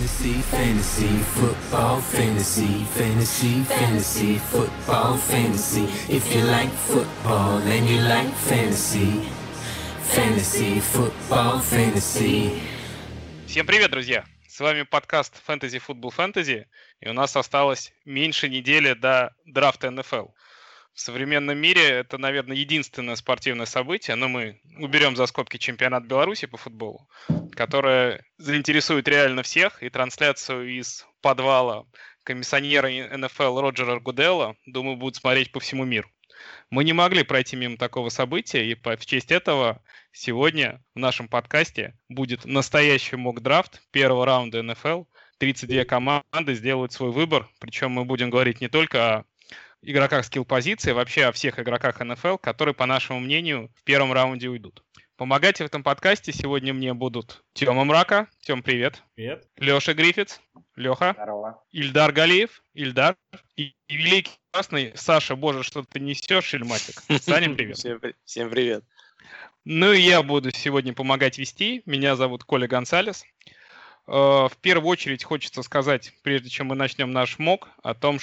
Fantasy, fantasy, football, fantasy, fantasy, fantasy, football, fantasy. If you like football and you like fantasy, fantasy, football, fantasy. Всем привет, друзья! С вами подкаст Fantasy Football Fantasy, и у нас осталось меньше недели до драфта НФЛ. В современном мире это, наверное, единственное спортивное событие, но мы уберем за скобки чемпионат Беларуси по футболу, которое заинтересует реально всех, и трансляцию из подвала комиссионера НФЛ Роджера Гуделла, думаю, будут смотреть по всему миру. Мы не могли пройти мимо такого события, и в честь этого сегодня в нашем подкасте будет настоящий мок-драфт первого раунда НФЛ. 32 команды сделают свой выбор, причем мы будем говорить не только о игроках скилл-позиции, вообще о всех игроках НФЛ, которые, по нашему мнению, в первом раунде уйдут. Помогать в этом подкасте сегодня мне будут Тёма Мрака. Тём, привет. Привет. Лёша Гриффитс. Лёха. Здорово. Ильдар Галиев. Ильдар. И великий красный Саша, боже, что ты несешь, шельматик. Саня, привет. Всем привет. Ну и я буду сегодня помогать вести. Меня зовут Коля Гонсалес. В первую очередь хочется сказать, прежде чем мы начнем наш мок, о том,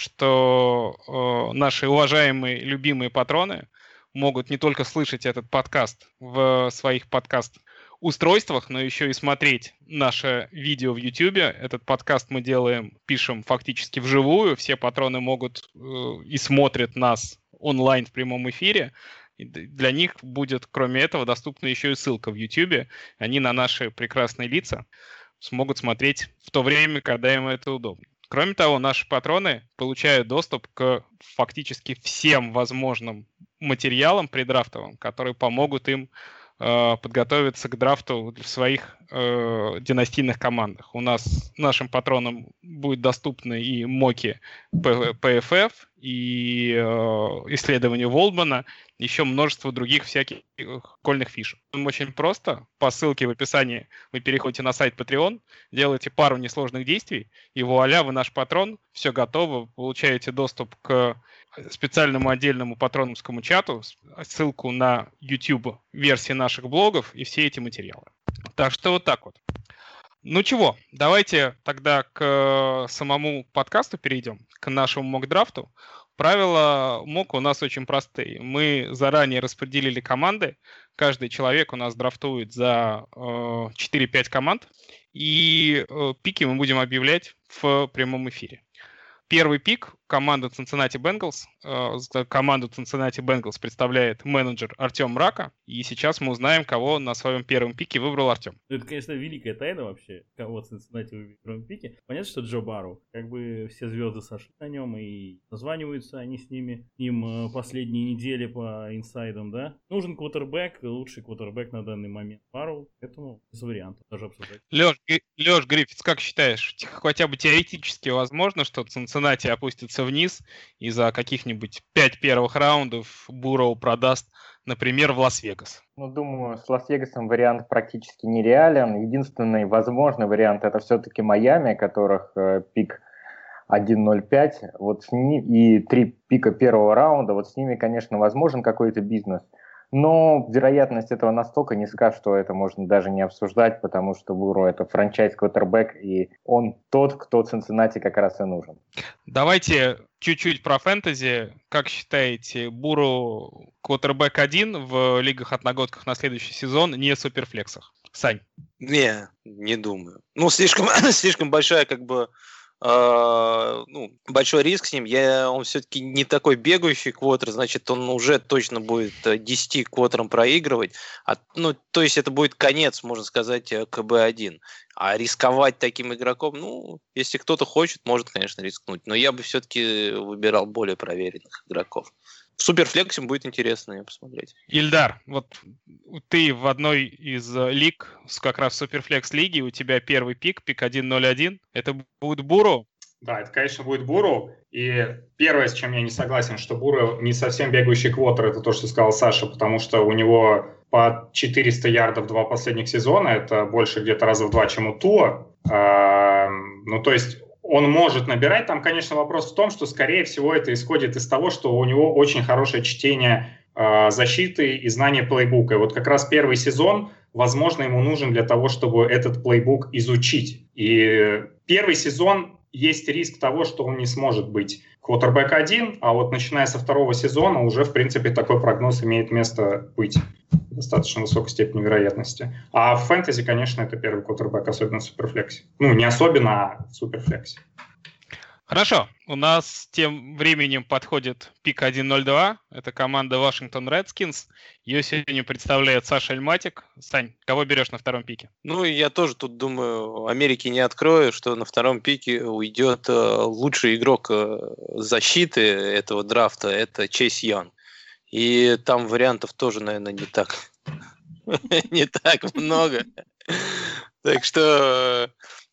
что наши уважаемые, любимые патроны могут не только слышать этот подкаст в своих подкаст-устройствах, но еще и смотреть наше видео в YouTube. Этот подкаст мы пишем фактически вживую. Все патроны могут и смотрят нас онлайн в прямом эфире. И для них будет, кроме этого, доступна еще и ссылка в YouTube. Они на наши прекрасные лица смогут смотреть в то время, когда им это удобно. Кроме того, наши патроны получают доступ к фактически всем возможным материалам преддрафтовым, которые помогут им подготовиться к драфту в своих династийных командах. У нас нашим патронам будет доступны и моки PFF, и исследования Волдмана, еще множество других всяких прикольных фишек. Очень просто. По ссылке в описании вы переходите на сайт Patreon, делаете пару несложных действий, и вуаля, вы наш патрон, все готово, получаете доступ к специальному отдельному патроновскому чату, ссылку на YouTube-версии наших блогов и все эти материалы. Так что вот так вот. Ну чего, давайте тогда к самому подкасту перейдем, к нашему мок-драфту. Правила мока у нас очень простые. Мы заранее распределили команды. Каждый человек у нас драфтует за 4-5 команд. И пики мы будем объявлять в прямом эфире. Первый пик – команда Cincinnati Bengals. Команду Cincinnati Bengals представляет менеджер Артем Мрака. И сейчас мы узнаем, кого на своем первом пике выбрал Артем. Это, конечно, великая тайна вообще, кого Cincinnati выбрал в первом пике. Понятно, что Джо Барроу. Как бы все звезды сошли на нем, и названиваются они с ними. Им последние недели по инсайдам, да? Нужен квотербэк, лучший квотербэк на данный момент. Барроу, поэтому без вариантов даже обсуждать. Лёш Гриффитс, как считаешь, хотя бы теоретически возможно, что Cincinnati опустится вниз и за каких-нибудь 5 первых раундов Бурроу продаст, например, в Лас-Вегас? Ну, думаю, с Лас-Вегасом вариант практически нереален. Единственный возможный вариант – это все-таки Майами, которых пик 1.05. Вот с и 3 пика первого раунда. Вот с ними, конечно, возможен какой-то бизнес. Но вероятность этого настолько низка, что это можно даже не обсуждать, потому что Бурроу – это франчайз-квотербэк, и он тот, кто Цинциннати как раз и нужен. Давайте чуть-чуть про фэнтези. Как считаете, Бурроу квотербэк 1 в лигах-одногодках на следующий сезон, не суперфлексах? Сань? Не думаю. Ну, слишком большая большой риск с ним. Он все-таки не такой бегающий квотер, значит, он уже точно будет 10 квотерам проигрывать. То есть это будет конец, можно сказать, КБ-1. А рисковать таким игроком, если кто-то хочет, может, конечно, рискнуть. Но я бы все-таки выбирал более проверенных игроков. В суперфлексе будет интересно посмотреть. Ильдар, вот ты в одной из лиг, как раз в суперфлекс лиге, у тебя первый пик 1.01. Это будет Бурроу? Да, это, конечно, будет Бурроу. И первое, с чем я не согласен, что Бурроу не совсем бегающий квотер, это то, что сказал Саша, потому что у него по 400 ярдов 2 последних сезона, это больше где-то раза в 2, чем у Туа. То есть он может набирать. Там, конечно, вопрос в том, что, скорее всего, это исходит из того, что у него очень хорошее чтение защиты и знание плейбука. И вот как раз первый сезон возможно, ему нужен для того, чтобы этот плейбук изучить. И первый сезон есть риск того, что он не сможет быть квотербэк 1, а вот начиная со второго сезона уже, в принципе, такой прогноз имеет место быть. Достаточно высокой степени вероятности. А в фэнтези, конечно, это первый квотербэк, особенно в суперфлексе. Ну, не особенно, а в суперфлексе. Хорошо. У нас тем временем подходит пик 1.02. Это команда Washington Redskins. Ее сегодня представляет Саша Альматик. Сань, кого берешь на втором пике? Ну, я тоже тут думаю, Америки не открою, что на втором пике уйдет лучший игрок защиты этого драфта. Это Чейз Янг. И там вариантов тоже, наверное, не так много. Так что,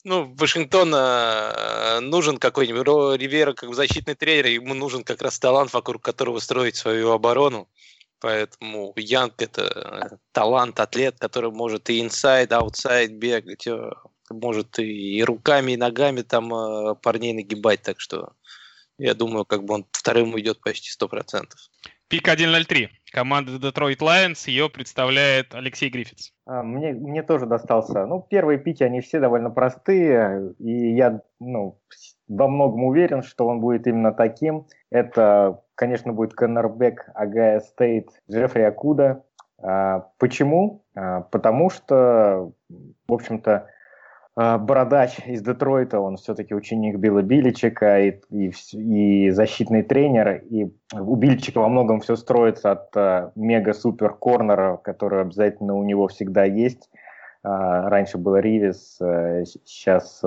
Вашингтона нужен какой-нибудь Ривера как защитный тренер, ему нужен как раз талант, вокруг которого строить свою оборону. Поэтому Янг – это талант, атлет, который может и инсайд, аутсайд бегать, может и руками, и ногами там парней нагибать. Так что я думаю, он вторым уйдет почти 100%. Пик 1.03. Команда Detroit Lions, ее представляет Алексей Гриффитс. Мне тоже достался. Первые пики, они все довольно простые, и я во многом уверен, что он будет именно таким. Это, конечно, будет корнербэк Огайо Стейт Джеффри Окуда. Почему? Потому что, в общем-то, бородач из Детройта, он все-таки ученик Билла Беличека и защитный тренер. И у Беличека во многом все строится от мега-супер-корнера, который обязательно у него всегда есть. Раньше был Ривис, сейчас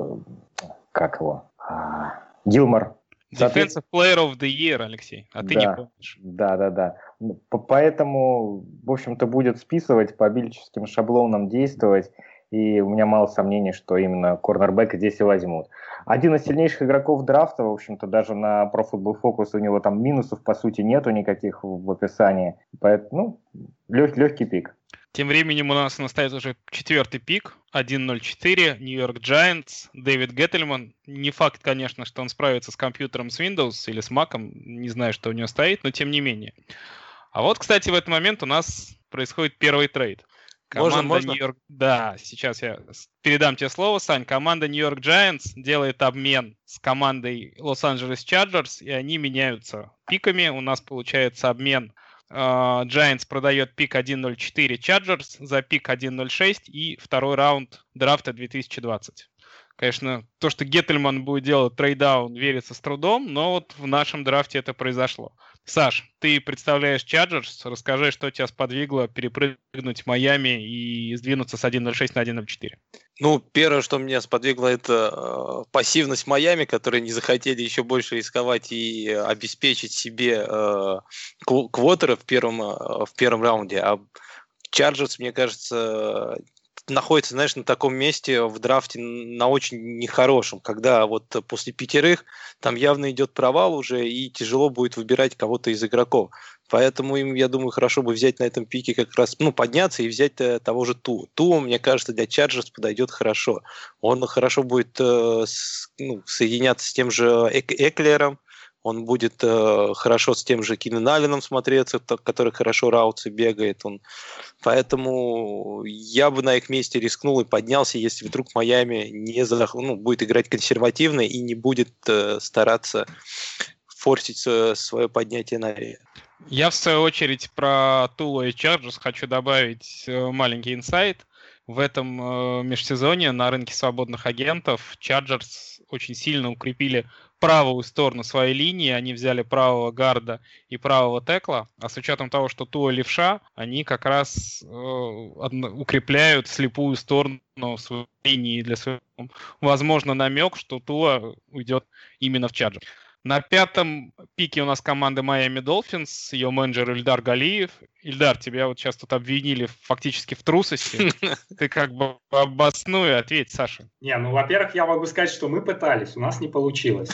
как его? Гилмор. Defensive Player of the Year, Алексей, а ты не помнишь. Да. Поэтому, в общем-то, будет списывать, по бильческим шаблонам действовать. И у меня мало сомнений, что именно корнербэка здесь и возьмут. Один из сильнейших игроков драфта, в общем-то, даже на Pro Football Focus у него там минусов, по сути, нету никаких в описании. Поэтому, легкий пик. Тем временем у нас настает уже четвертый пик, 1.04, Нью-Йорк Giants, Дэвид Геттельман. Не факт, конечно, что он справится с компьютером с Windows или с Mac, не знаю, что у него стоит, но тем не менее. А вот, кстати, в этот момент у нас происходит первый трейд. Можно? Да, сейчас я передам тебе слово, Сань. Команда Нью-Йорк Giants делает обмен с командой Лос-Анджелес Чарджерс, и они меняются пиками. У нас получается обмен. Giants продает пик 1.04 Chargers за пик 1.06 и второй раунд драфта 2020. Конечно, то, что Геттельман будет делать трейдаун, верится с трудом, но вот в нашем драфте это произошло. Саш, ты представляешь Chargers, расскажи, что тебя сподвигло перепрыгнуть в Майами и сдвинуться с 1.06 на 1.04. Первое, что меня сподвигло, это пассивность Майами, которые не захотели еще больше рисковать и обеспечить себе квотера в первом раунде. А Chargers, мне кажется, находится, на таком месте в драфте на очень нехорошем, когда вот после 5 там явно идет провал уже, и тяжело будет выбирать кого-то из игроков. Поэтому им, я думаю, хорошо бы взять на этом пике как раз, подняться и взять того же Туа. Туа, мне кажется, для Chargers подойдет хорошо. Он хорошо будет соединяться с тем же Эклером, он будет хорошо с тем же Кинан Алленом смотреться, который хорошо раутсы бегает. Поэтому я бы на их месте рискнул и поднялся, если вдруг Майами будет играть консервативно и не будет стараться форсить свое поднятие наверх. Я, в свою очередь, про Тула и Chargers хочу добавить маленький инсайт. В этом межсезонье на рынке свободных агентов Chargers очень сильно укрепили правую сторону своей линии. Они взяли правого гарда и правого текла. А с учетом того, что Туа левша, они как раз укрепляют слепую сторону своей линии для своего. Возможно, намек, что Туа уйдет именно в Chargers. На пятом пике у нас команда Miami Dolphins, ее менеджер Ильдар Галиев. Ильдар, тебя вот сейчас тут обвинили фактически в трусости. Ты как бы обоснуй, ответь, Саша. Во-первых, я могу сказать, что мы пытались, у нас не получилось.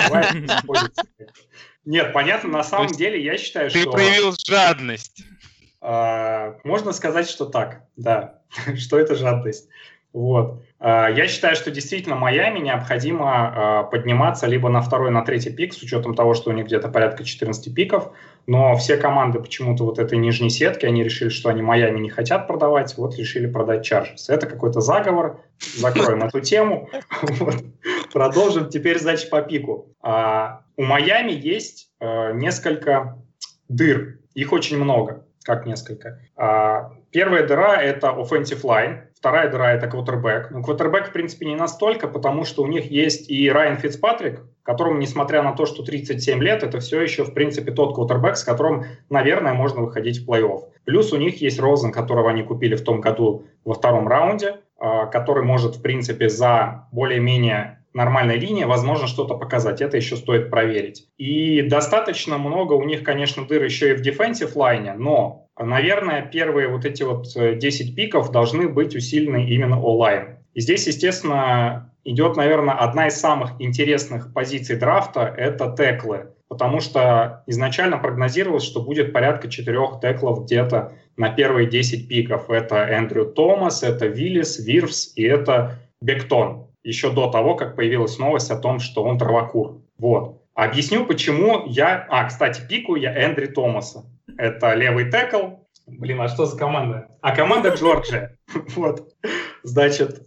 Нет, понятно, на самом деле я считаю, что... Ты проявил жадность. Можно сказать, что так, да, что это жадность. Вот. Я считаю, что действительно Майами необходимо подниматься либо на второй, на третий пик, с учетом того, что у них где-то порядка 14 пиков, но все команды почему-то вот этой нижней сетки, они решили, что они Майами не хотят продавать, вот решили продать Чарджерс. Это какой-то заговор, закроем эту тему. Продолжим теперь, значит, по пику. У Майами есть несколько дыр, их очень много, как несколько. Первая дыра – это offensive line, вторая дыра – это квотербэк. Но квотербэк, в принципе, не настолько, потому что у них есть и Райан Фицпатрик, которому, несмотря на то, что 37 лет, это все еще, в принципе, тот квотербэк, с которым, наверное, можно выходить в плей-офф. Плюс у них есть Розен, которого они купили в том году во втором раунде, который может, в принципе, за более-менее нормальной линии, возможно, что-то показать. Это еще стоит проверить. И достаточно много у них, конечно, дыр еще и в defensive line, но, наверное, первые вот эти вот 10 пиков должны быть усилены именно all-line. И здесь, естественно, идет, наверное, одна из самых интересных позиций драфта – это теклы. Потому что изначально прогнозировалось, что будет порядка 4 теклов где-то на первые 10 пиков. Это Эндрю Томас, это Виллис, Вирфс и это Бектон. Еще до того, как появилась новость о том, что он травокур. Вот. Объясню, почему я... кстати, пикаю я Эндрю Томаса. Это левый текл. Блин, а что за команда? Команда Джорджия. Вот. Значит,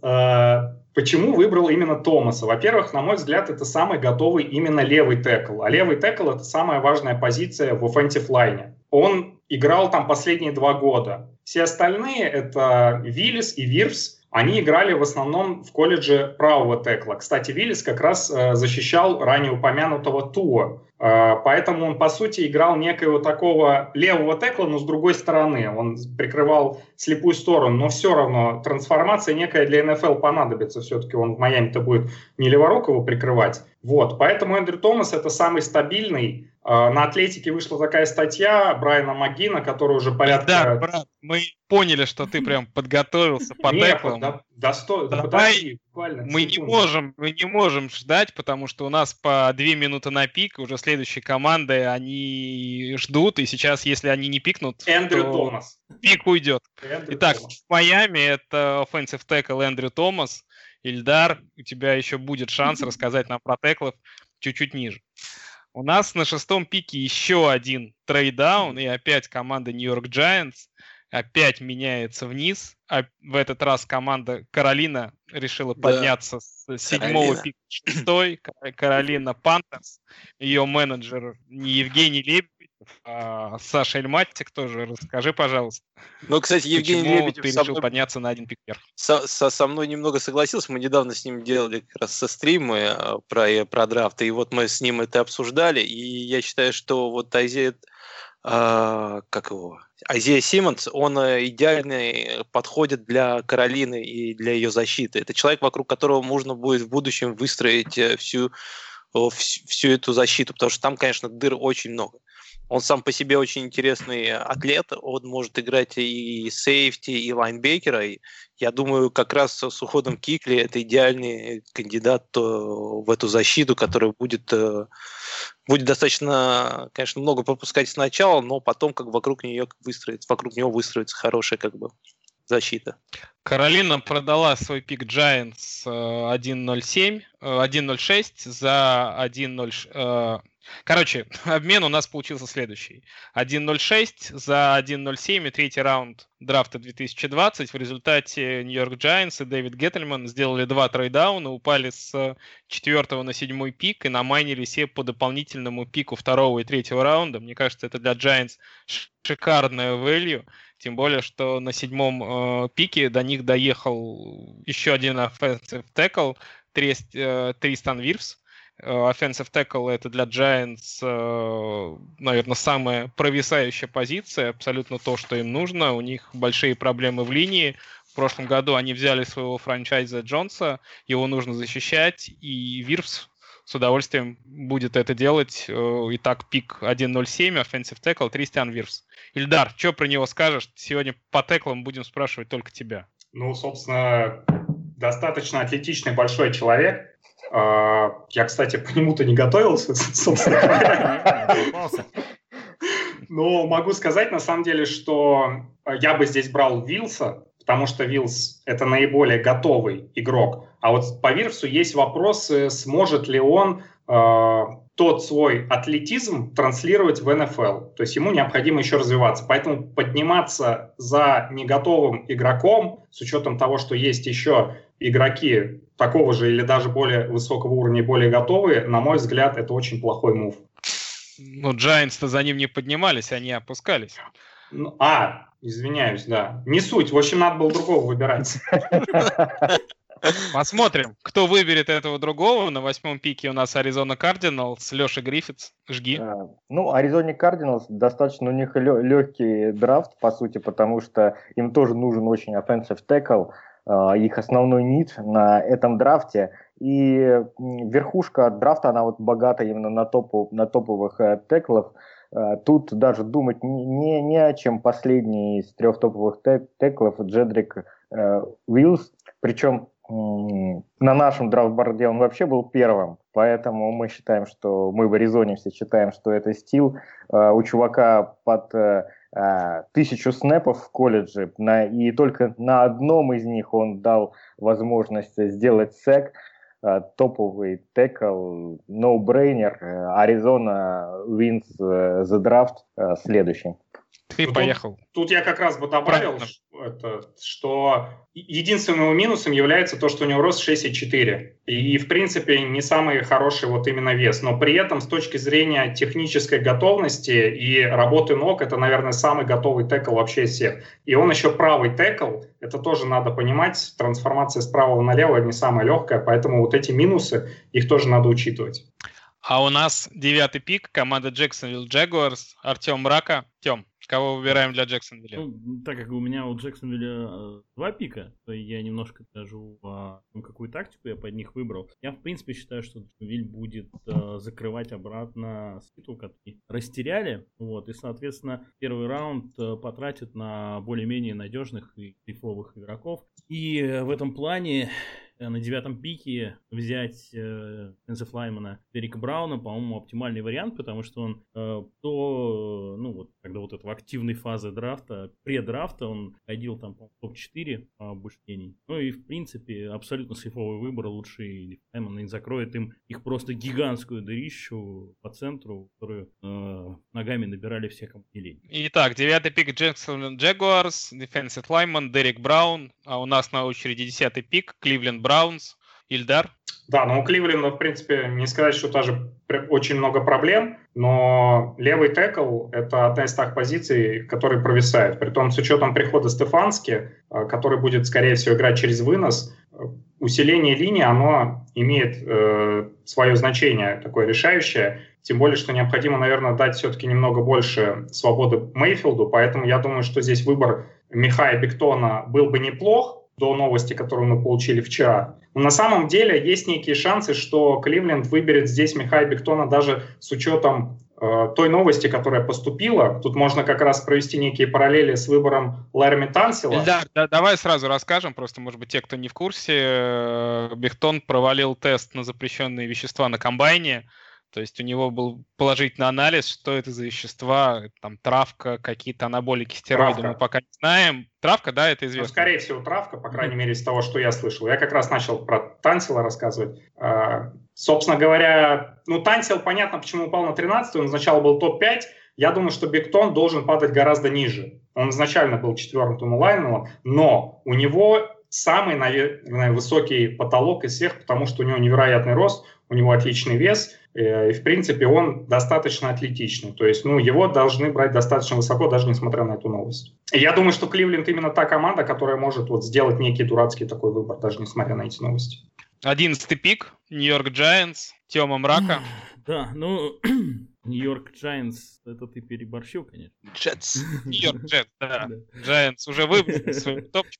почему выбрал именно Томаса? Во-первых, на мой взгляд, это самый готовый именно левый текл. А левый текл – это самая важная позиция в offensive line. Он играл там последние 2 года. Все остальные – это Виллис и Вирфс. Они играли в основном в колледже правого текла. Кстати, Виллис как раз защищал ранее упомянутого Туа. Поэтому он, по сути, играл некоего такого левого текла, но с другой стороны. Он прикрывал слепую сторону, но все равно трансформация некая для НФЛ понадобится. Все-таки он в Майами-то будет не леворукого прикрывать. Вот. Поэтому Эндрю Томас – это самый стабильный. На «Атлетике» вышла такая статья Брайана Маггина, который уже порядка... Да, брат, мы поняли, что ты прям подготовился по теклам. Подожди, буквально. Мы не можем ждать, потому что у нас по 2 минуты на пик, уже следующие команды, они ждут, и сейчас, если они не пикнут, Эндрю то Томас. Пик уйдет. Итак, в Майами это offensive tackle Эндрю Томас. Ильдар, у тебя еще будет шанс рассказать нам про теклов чуть-чуть ниже. У нас на 6-м пике еще один трейдаун, и опять команда New York Giants опять меняется вниз. А в этот раз команда Каролина решила подняться с 7-го пика в 6-й. Каролина Пантерс. Ее менеджер не Евгений Лебедев, а Саша Эльматик тоже. Расскажи, пожалуйста. Ну, кстати, Евгений Лебедев ты решил подняться на 1 пик вверх? Со мной немного согласился. Мы недавно с ним делали как раз со стримы про драфт, и вот мы с ним это обсуждали. И я считаю, что вот Айзея Симмонс, он идеально подходит для Каролины и для ее защиты. Это человек, вокруг которого можно будет в будущем выстроить всю эту защиту, потому что там, конечно, дыр очень много. Он сам по себе очень интересный атлет, он может играть и сейфти, и лайнбекера. И я думаю, как раз с уходом Кикли это идеальный кандидат в эту защиту, которая будет достаточно, конечно, много пропускать сначала, но потом как вокруг него выстроится хорошая как бы защита. Каролина продала свой пик Giants 1.06 за 1.0... Короче, обмен у нас получился следующий. 1.06 за 1.07 и 3-й раунд драфта 2020. В результате Нью-Йорк Giants и Дэвид Геттельман сделали 2 трейдауна, упали с 4 на 7 пик и намайнили себе по дополнительному пику 2 и 3 раунда. Мне кажется, это для Giants шикарная value. Тем более, что на 7-м пике до них доехал еще один offensive tackle, Тристан Вирфс. Offensive tackle — это для Giants, наверное, самая провисающая позиция, абсолютно то, что им нужно. У них большие проблемы в линии. В прошлом году они взяли своего франчайза Джонса, его нужно защищать, и Вирфс с удовольствием будет это делать. Итак, пик 1.07, offensive tackle, Тристиан Вирфс. Ильдар, что про него скажешь? Сегодня по теклам будем спрашивать только тебя. Ну, собственно, достаточно атлетичный большой человек. Я, кстати, по нему-то не готовился, собственно говоря. Но могу сказать, на самом деле, что я бы здесь брал Вилса, потому что Виллс это наиболее готовый игрок. А вот по Вирфсу есть вопросы, сможет ли он тот свой атлетизм транслировать в НФЛ. То есть ему необходимо еще развиваться. Поэтому подниматься за неготовым игроком, с учетом того, что есть еще игроки такого же или даже более высокого уровня, более готовые, на мой взгляд, это очень плохой мув. Ну, Giants-то за ним не поднимались, они опускались. Извиняюсь, да. Не суть. В общем, надо было другого выбирать. Посмотрим, кто выберет этого другого. На 8-м пике у нас Аризона Кардиналс, Леша Гриффитс. Жги. Ну, Аризоне Кардиналс достаточно у них легкий драфт, по сути, потому что им тоже нужен очень offensive tackle, их основной нид на этом драфте. И верхушка драфта, она вот богата именно на топовых теклов. Тут даже думать не о чем. Последний из 3 топовых теклов Джедрик Уиллс. Причем на нашем драфтборде он вообще был первым. Поэтому мы считаем, что мы в Аризоне все считаем, что это стил. У чувака под 1000 снэпов в колледже, и только на одном из них он дал возможность сделать сэк. Топовый текл, no-brainer, Аризона wins the draft, следующий. Ты поехал. Тут я как раз бы добавил, что единственным его минусом является то, что у него рост 6,4. И, в принципе, не самый хороший вот именно вес. Но при этом, с точки зрения технической готовности и работы ног, это, наверное, самый готовый текл вообще из всех. И он еще правый текл. Это тоже надо понимать. Трансформация с правого налево не самая легкая. Поэтому вот эти минусы, их тоже надо учитывать. А у нас 9-й пик, команда Jacksonville Jaguars, Артем Мрака. Тем, кого выбираем для Джексонвилля? Ну, так как у меня у Джексонвилля 2 пика, то я немножко скажу, какую тактику я под них выбрал. Я, в принципе, считаю, что Джексонвиль будет закрывать обратно Ситл, который растеряли. Вот, и, соответственно, первый раунд потратит на более-менее надежных и сейфовых игроков. И в этом плане на 9-м пике взять Энзеф Лаймана Дерека Брауна, по-моему, оптимальный вариант, потому что он когда вот этого активной фазы драфта, преддрафта, он ходил там по топ-4 по обучению. Ну и, в принципе, абсолютно сейфовый выбор, лучший Лайман, и закроет им их просто гигантскую дырищу по центру, которую ногами набирали все, кому не лень. Итак, 9-й пик Jacksonville Jaguars, Defensive Lineman Дерек Браун, а у нас на очереди 10-й пик Кливленд Браунс. Ильдар? Да, но у Кливленда, в принципе, не сказать, что тоже очень много проблем, но левый текл – это одна из тех позиций, которые провисают. Притом с учетом прихода Стефански, который будет, скорее всего, играть через вынос, усиление линии, оно имеет свое значение, такое решающее. Тем более, что необходимо, наверное, дать все-таки немного больше свободы Мейфилду, поэтому я думаю, что здесь выбор Михая Бектона был бы неплох, до новости, которую мы получили вчера. Но на самом деле есть некие шансы, что Кливленд выберет здесь Михая Бектона даже с учетом той новости, которая поступила. Тут можно как раз провести некие параллели с выбором Ларми Тансила. Да, давай сразу расскажем, просто, может быть, те, кто не в курсе, Бектон провалил тест на запрещенные вещества на комбайне. То есть у него был положительный анализ, что это за вещества, там травка, какие-то анаболики, стероиды, мы пока не знаем. Травка, да, это известно? Ну, скорее всего, травка, по крайней мере, из того, что я слышал. Я как раз начал про Тансила рассказывать. Собственно говоря, Тансил, понятно, почему упал на 13-й, он сначала был топ-5. Я думаю, что Бектон должен падать гораздо ниже. Он изначально был 4-м лайнменом, но у него самый, наверное, высокий потолок из всех, потому что у него невероятный рост, у него отличный вес, и, в принципе, он достаточно атлетичный. То есть, его должны брать достаточно высоко, даже несмотря на эту новость. И я думаю, что Кливленд именно та команда, которая может сделать некий дурацкий такой выбор, даже несмотря на эти новости. 11-й пик, Нью-Йорк Джайантс, Тёма Мрака. Да, Нью-Йорк Giants, это ты переборщил, конечно. Джетс. Нью-Йорк Джетс, да. Giants уже выбрали свой топчик.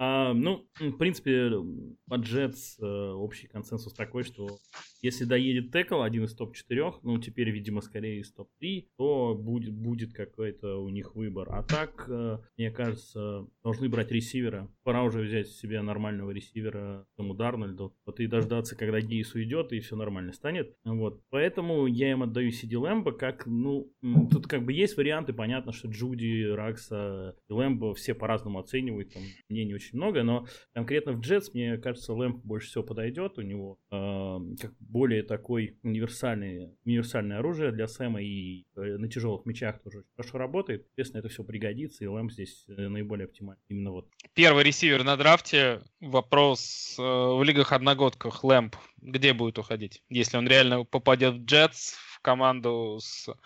В принципе, по Джетс общий консенсус такой, что если доедет текл, один из топ-4, теперь, видимо, скорее из топ-3, то будет какой-то у них выбор. А так, мне кажется, должны брать ресивера. Пора уже взять себе нормального ресивера тому Дарнольду. И дождаться, когда Гейс уйдет, и все нормально станет. Поэтому я им отдаю Сиди Лэмба. Лэмбо как, тут как бы есть варианты, понятно, что Джуди, Ракса и Лэмбо все по-разному оценивают, там мнений очень много, но конкретно в Джетс, мне кажется, Лэмбо больше всего подойдет, у него как более такой универсальное оружие для Сэма, и на тяжелых мячах тоже очень хорошо работает, естественно, это все пригодится, и Лэмбо здесь наиболее оптимальный, именно вот. Первый ресивер на драфте, вопрос в лигах-одногодках, Лэмб, где будет уходить? Если он реально попадет в Джетс, в команду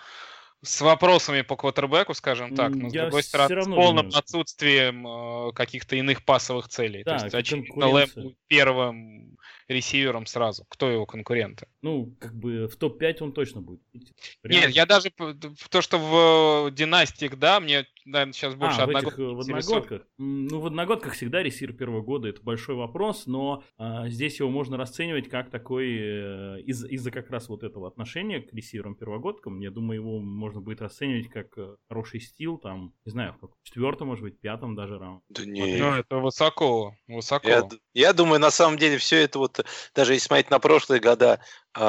с вопросами по квотербеку, скажем так, но с другой стороны, с полным отсутствием каких-то иных пассовых целей. Да, то есть, очевидно, Лэмб будет первым ресивером сразу. Кто его конкуренты? Как бы в топ-5 он точно будет. Нет, я даже то, что в династиях, да, мне, наверное, сейчас больше одногодок. В одногодках. В одногодках всегда ресивер первого года, это большой вопрос, но здесь его можно расценивать как такой, из-за как раз вот этого отношения к ресиверам первогодкам, я думаю, его можно будет расценивать как хороший стил, там, не знаю, в четвертом, может быть, пятом даже раунде. Да нет. Ну, это высоко. Я думаю, на самом деле, все это вот, даже если смотреть на прошлые года,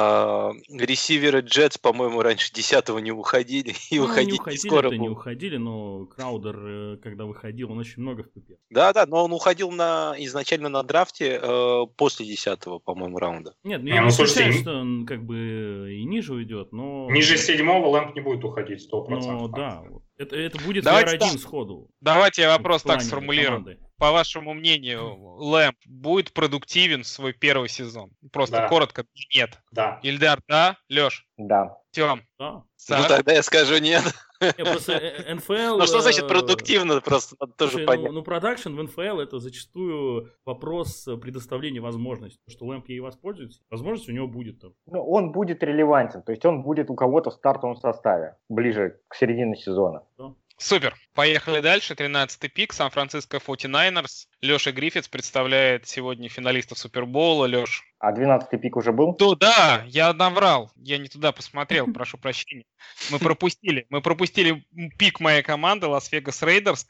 ресиверы Джетс, по-моему, раньше 10-го не уходили, и уходить не скоро будут. Не уходили, но Краудер, когда выходил, он очень много в ПП. Да, но он уходил изначально на драфте после 10-го, по-моему, раунда. Нет, я не исключаю, что он как бы и ниже уйдет, но... Ниже 7-го Лэмб не будет уходить 100%. Ну, да, это будет VR1 сходу. Давайте я вопрос так сформулирую. По вашему мнению, Лэмб будет продуктивен в свой первый сезон? Просто коротко, нет. Да. Ильдар, да? Лёш? Да. Тём? Да. Ну, тогда я скажу нет. Просто НФЛ... Ну, что значит продуктивно? Просто надо тоже понять. Ну, продакшн в НФЛ это зачастую вопрос предоставления возможностей. Что Лэмб ей воспользуется, возможность у него будет там. Ну, он будет релевантен, то есть он будет у кого-то в стартовом составе, ближе к середине сезона. Да. Супер. Поехали дальше. 13-й пик. Сан-Франциско 49ers. Леша Гриффитс представляет сегодня финалистов Супербоула. Леш. А 12-й пик уже был? Да, я наврал. Я не туда посмотрел, прошу прощения. Мы пропустили пик моей команды Лас-Вегас Рейдерс,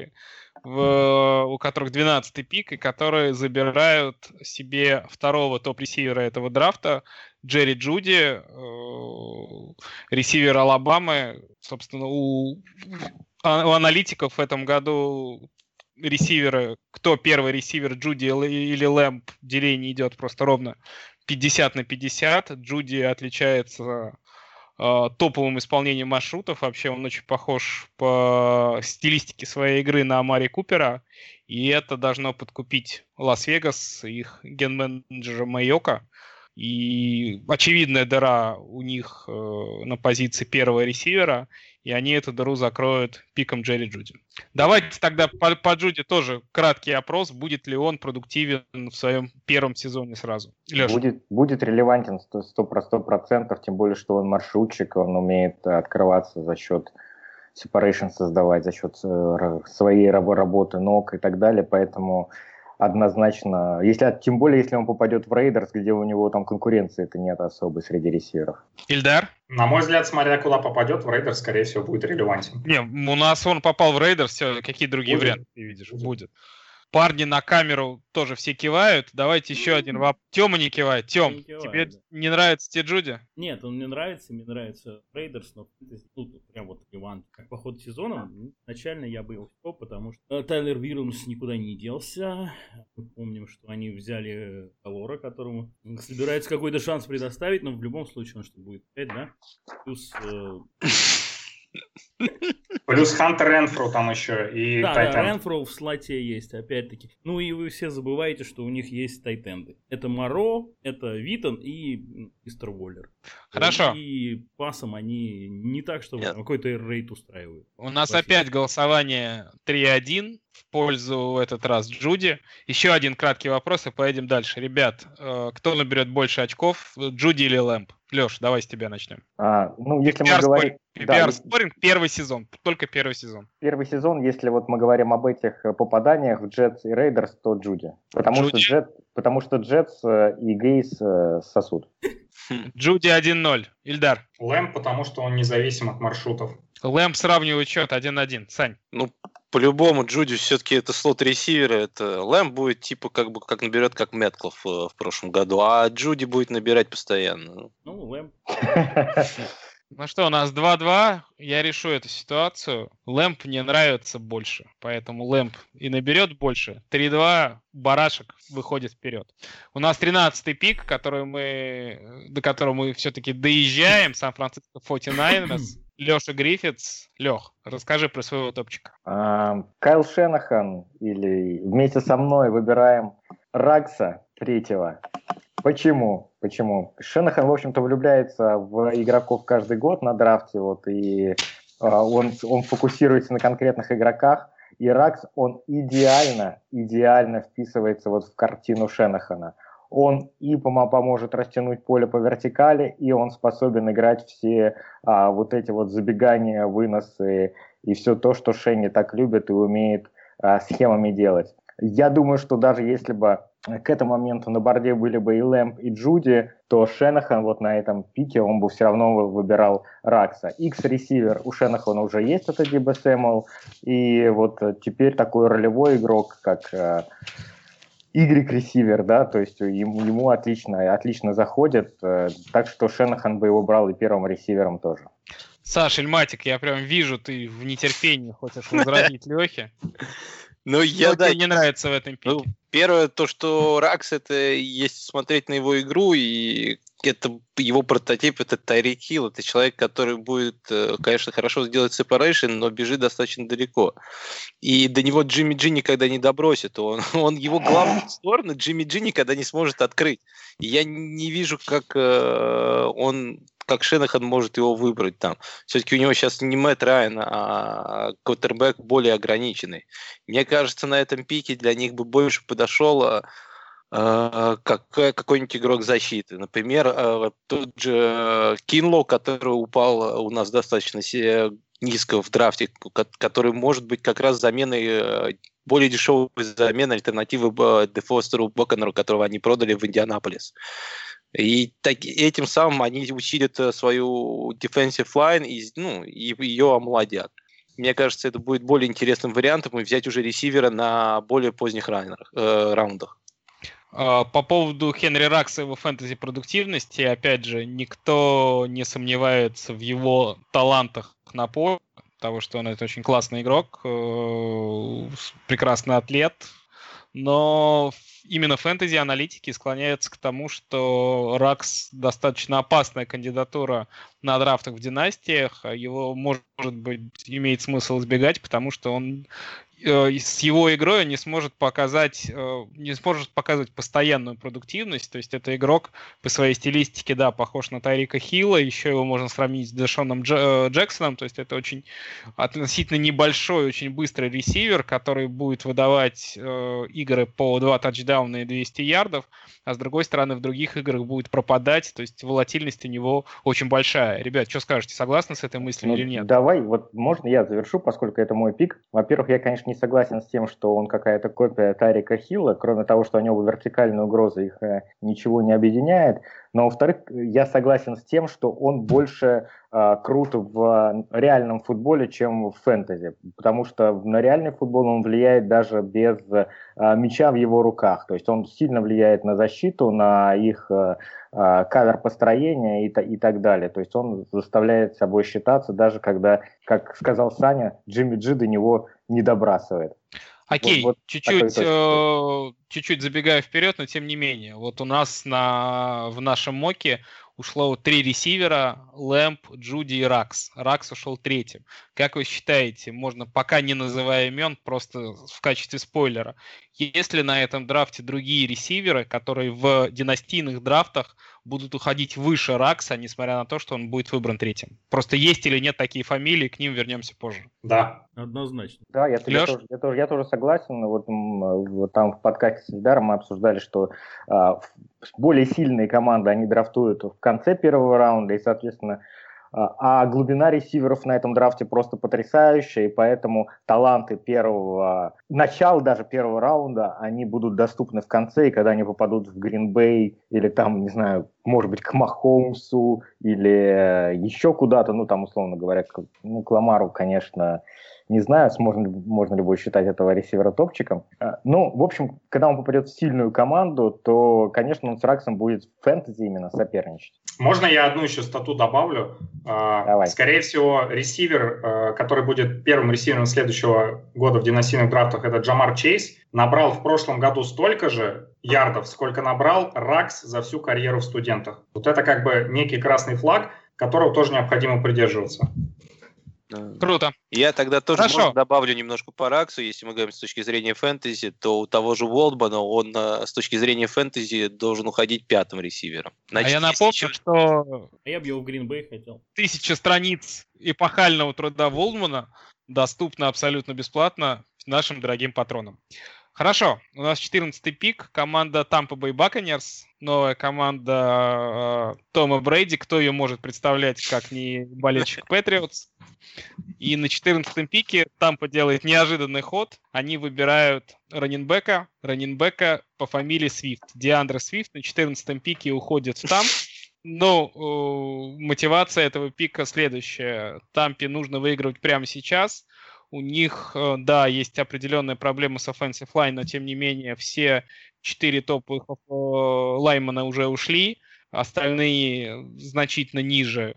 у которых 12-й пик, и которые забирают себе второго топ-ресивера этого драфта, Джерри Джуди, ресивер Алабамы. Собственно, у аналитиков в этом году ресиверы, кто первый ресивер, Джуди или Лэмб, деление идет просто ровно 50/50. Джуди отличается топовым исполнением маршрутов. Вообще он очень похож по стилистике своей игры на Амари Купера. И это должно подкупить Лас-Вегас, их ген-менеджера Майока. И очевидная дыра у них на позиции первого ресивера, и они эту дыру закроют пиком Джерри Джуди. Давайте тогда по Джуди тоже краткий опрос, будет ли он продуктивен в своем первом сезоне сразу. Леша. Будет релевантен 100%, тем более, что он маршрутчик, он умеет открываться за счет separation создавать, за счет своей работы ног и так далее, поэтому... Однозначно, тем более, если он попадет в Рейдерс, где у него там конкуренции-то нет особой среди ресиверов. Ильдар? На мой взгляд, смотря куда попадет, в Рейдерс, скорее всего, будет релевантен. Не, у нас он попал в Рейдерс, все, какие другие варианты ты видишь? Будет. Парни на камеру тоже все кивают. Давайте еще один вопрос. Тёма не кивает. Тём, тебе не нравится Ти Джуди? Нет, он мне нравится Рейдерс, но прям вот Иван. Как по ходу сезона, изначально я бы его впал, потому что Тайлер Вильямс никуда не делся. Мы помним, что они взяли Колора, которому собирается какой-то шанс предоставить, но в любом случае он что будет 5, да? Плюс Хантер Ренфро там еще и тайтенд. Да, Ренфро в слоте есть, опять-таки. Ну и вы все забываете, что у них есть тайтенды. Это Моро, это Витон и мистер Уоллер. Хорошо. И пасом они не так, что какой-то рейд устраивают. У нас опять голосование 3-1 в пользу в этот раз Джуди. Еще один краткий вопрос и поедем дальше. Ребят, кто наберет больше очков, Джуди или Лэмб? Леш, давай с тебя начнем. Если мы говорим... PPR-споринг первый сезон, только первый сезон. Первый сезон, если вот мы говорим об этих попаданиях в Джетс и Рейдерс, то Джуди. Потому что Джетс и Гейс сосут. Джуди 1-0. Ильдар. Лэмб, потому что он независим от маршрутов. Лэмб сравнивает счет 1-1. Сань. По-любому Джуди все-таки это слот-ресивера, это Лэмб будет типа как наберет, как Метклов в прошлом году, а Джуди будет набирать постоянно. Лэмб. Ну что, у нас 2-2. Я решу эту ситуацию. Лэмп мне нравится больше, поэтому Лэмп и наберет больше. 3-2. Барашек выходит вперед. У нас 13-й пик, до которого мы все-таки доезжаем. Сан-Франциско 49ers. Леша Гриффитс. Лех, расскажи про своего топчика. Кайл Шенахан или вместе со мной выбираем Ракса третьего. Почему? Шенахан, в общем-то, влюбляется в игроков каждый год на драфте, и он фокусируется на конкретных игроках, и Ракс, он идеально вписывается в картину Шенахана. Он и поможет растянуть поле по вертикали, и он способен играть все эти забегания, выносы и все то, что Шенни так любит и умеет схемами делать. Я думаю, что даже если бы к этому моменту на борде были бы и Лэмп, и Джуди, то Шенахан на этом пике, он бы все равно выбирал Ракса. X-ресивер у Шенахана уже есть, это Дибо Сэмюэл, и теперь такой ролевой игрок, как Y-ресивер, да, то есть ему отлично заходит, так что Шенахан бы его брал и первым ресивером тоже. Саш, Ильматик, я прям вижу, ты в нетерпении хочешь возразить Лехе. Тебе не нравится в этом пике? Первое, то, что Ракс, это если смотреть на его игру, и это его прототип, это Тайрик Хилл. Это человек, который будет, конечно, хорошо сделать separation, но бежит достаточно далеко. И до него Джимми Джи никогда не добросит. Он его главную сторону Джимми Джи никогда не сможет открыть. И я не вижу, как Шенахан может его выбрать там. Все-таки у него сейчас не Мэтт Райан, а квотербэк более ограниченный. Мне кажется, на этом пике для них бы больше подошел какой-нибудь игрок защиты. Например, тот же Кинлоу, который упал у нас достаточно низко в драфте, который может быть как раз заменой, более дешевой заменой альтернативы Дефостеру Боконору, которого они продали в Индианаполис. И этим самым они усилят свою defensive line и ее омладят. Мне кажется, это будет более интересным вариантом и взять уже ресивера на более поздних раундах. По поводу Хенри Ракса и его фэнтези-продуктивности, опять же, никто не сомневается в его талантах на поле, потому что он это очень классный игрок, прекрасный атлет, но именно фэнтези-аналитики склоняются к тому, что Ракс достаточно опасная кандидатура на драфтах в династиях, его, может быть, имеет смысл избегать, потому что он с его игрой он не сможет показывать постоянную продуктивность. То есть это игрок по своей стилистике, да, похож на Тайрика Хилла, еще его можно сравнить с Дэшоном Джексоном. То есть это очень относительно небольшой, очень быстрый ресивер, который будет выдавать игры по 2 тачдауна и 200 ярдов, а с другой стороны в других играх будет пропадать. То есть волатильность у него очень большая. Ребят, что скажете, согласны с этой мыслью или нет? Давай, можно я завершу, поскольку это мой пик. Во-первых, я, конечно, не согласен с тем, что он какая-то копия Тайрика Хилла, кроме того, что у него вертикальная угроза, их ничего не объединяет. Но, во-вторых, я согласен с тем, что он больше крут в реальном футболе, чем в фэнтези. Потому что на реальный футбол он влияет даже без мяча в его руках. То есть он сильно влияет на защиту, на их кавер-построение и так далее. То есть он заставляет собой считаться, даже когда, как сказал Саня, Джимми Джи до него не добрасывает. Окей, чуть-чуть забегая вперед, но тем не менее. Вот у нас в нашем моке ушло 3 ресивера: Лэмп, Джуди и Ракс. Ракс ушел третьим. Как вы считаете, можно, пока не называя имен, просто в качестве спойлера, есть ли на этом драфте другие ресиверы, которые в династийных драфтах будут уходить выше Ракса, несмотря на то, что он будет выбран третьим? Просто есть или нет такие фамилии, к ним вернемся позже. Да. Однозначно. Да, я тоже согласен. Вот там в подкасте с Ильдаром мы обсуждали, что более сильные команды они драфтуют в конце первого раунда, и, соответственно, а глубина ресиверов на этом драфте просто потрясающая, и поэтому таланты начала даже первого раунда, они будут доступны в конце, и когда они попадут в Грин-Бэй, или там, не знаю, может быть, к Махоумсу, или еще куда-то, там, условно говоря, к Ламару, конечно, Не знаю, можно ли будет считать этого ресивера топчиком. Ну, в общем, когда он попадет в сильную команду, то, конечно, он с Раксом будет в фэнтези именно соперничать. Можно я одну еще стату добавлю? Давай. Скорее всего, ресивер, который будет первым ресивером следующего года в династийных драфтах, это Джамар Чейз, набрал в прошлом году столько же ярдов, сколько набрал Ракс за всю карьеру в студентах. Вот это как бы некий красный флаг, которого тоже необходимо придерживаться. Круто. Я тогда тоже Хорошо. добавлю немножко по Раксу. Если мы говорим с точки зрения фэнтези, то у того же Уолдмана он с точки зрения фэнтези должен уходить пятым ресивером. Значит, я напомню, что Я бы его в Green Bay хотел. 1000 страниц эпохального труда Волдмана доступны абсолютно бесплатно нашим дорогим патронам. Хорошо, у нас 14-й пик, команда Tampa Bay Buccaneers, новая команда Тома Брейди. Кто ее может представлять, как не болельщик Патриотс? И на 14-м пике Тампа делает неожиданный ход. Они выбирают раннинбека по фамилии Свифт. Диандре Свифт на 14-м пике уходит в Тамп. Но мотивация этого пика следующая. Тампе нужно выигрывать прямо сейчас. У них, да, есть определенная проблема с offensive line, но тем не менее все 4 топовых лаймана уже ушли. Остальные значительно ниже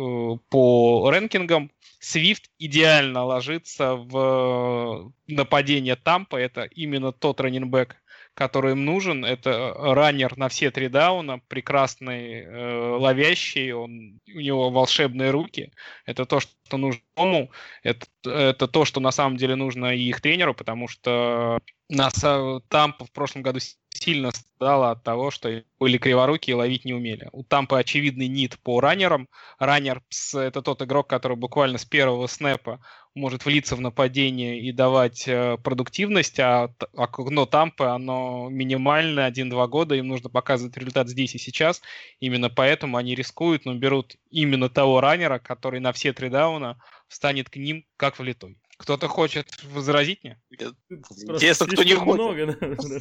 по рэнкингам. Свифт идеально ложится в нападение Тампа. Это именно тот раннинбэк, который им нужен. Это раннер на все 3 дауна, прекрасный ловящий, у него волшебные руки. Это то, что нужно ему. Это то, что на самом деле нужно и их тренеру, потому что Тампа в прошлом году сильно страдала от того, что были криворукие и ловить не умели. У Тампы очевидный нид по раннерам. Раннерс — это тот игрок, который буквально с первого снэпа может влиться в нападение и давать продуктивность, а окно Тампы, оно минимальное, 1-2 года, им нужно показывать результат здесь и сейчас. Именно поэтому они рискуют, но берут именно того раннера, который на все 3 дауна встанет к ним как влитой. Кто-то хочет возразить мне? Интересно, кто не хочет.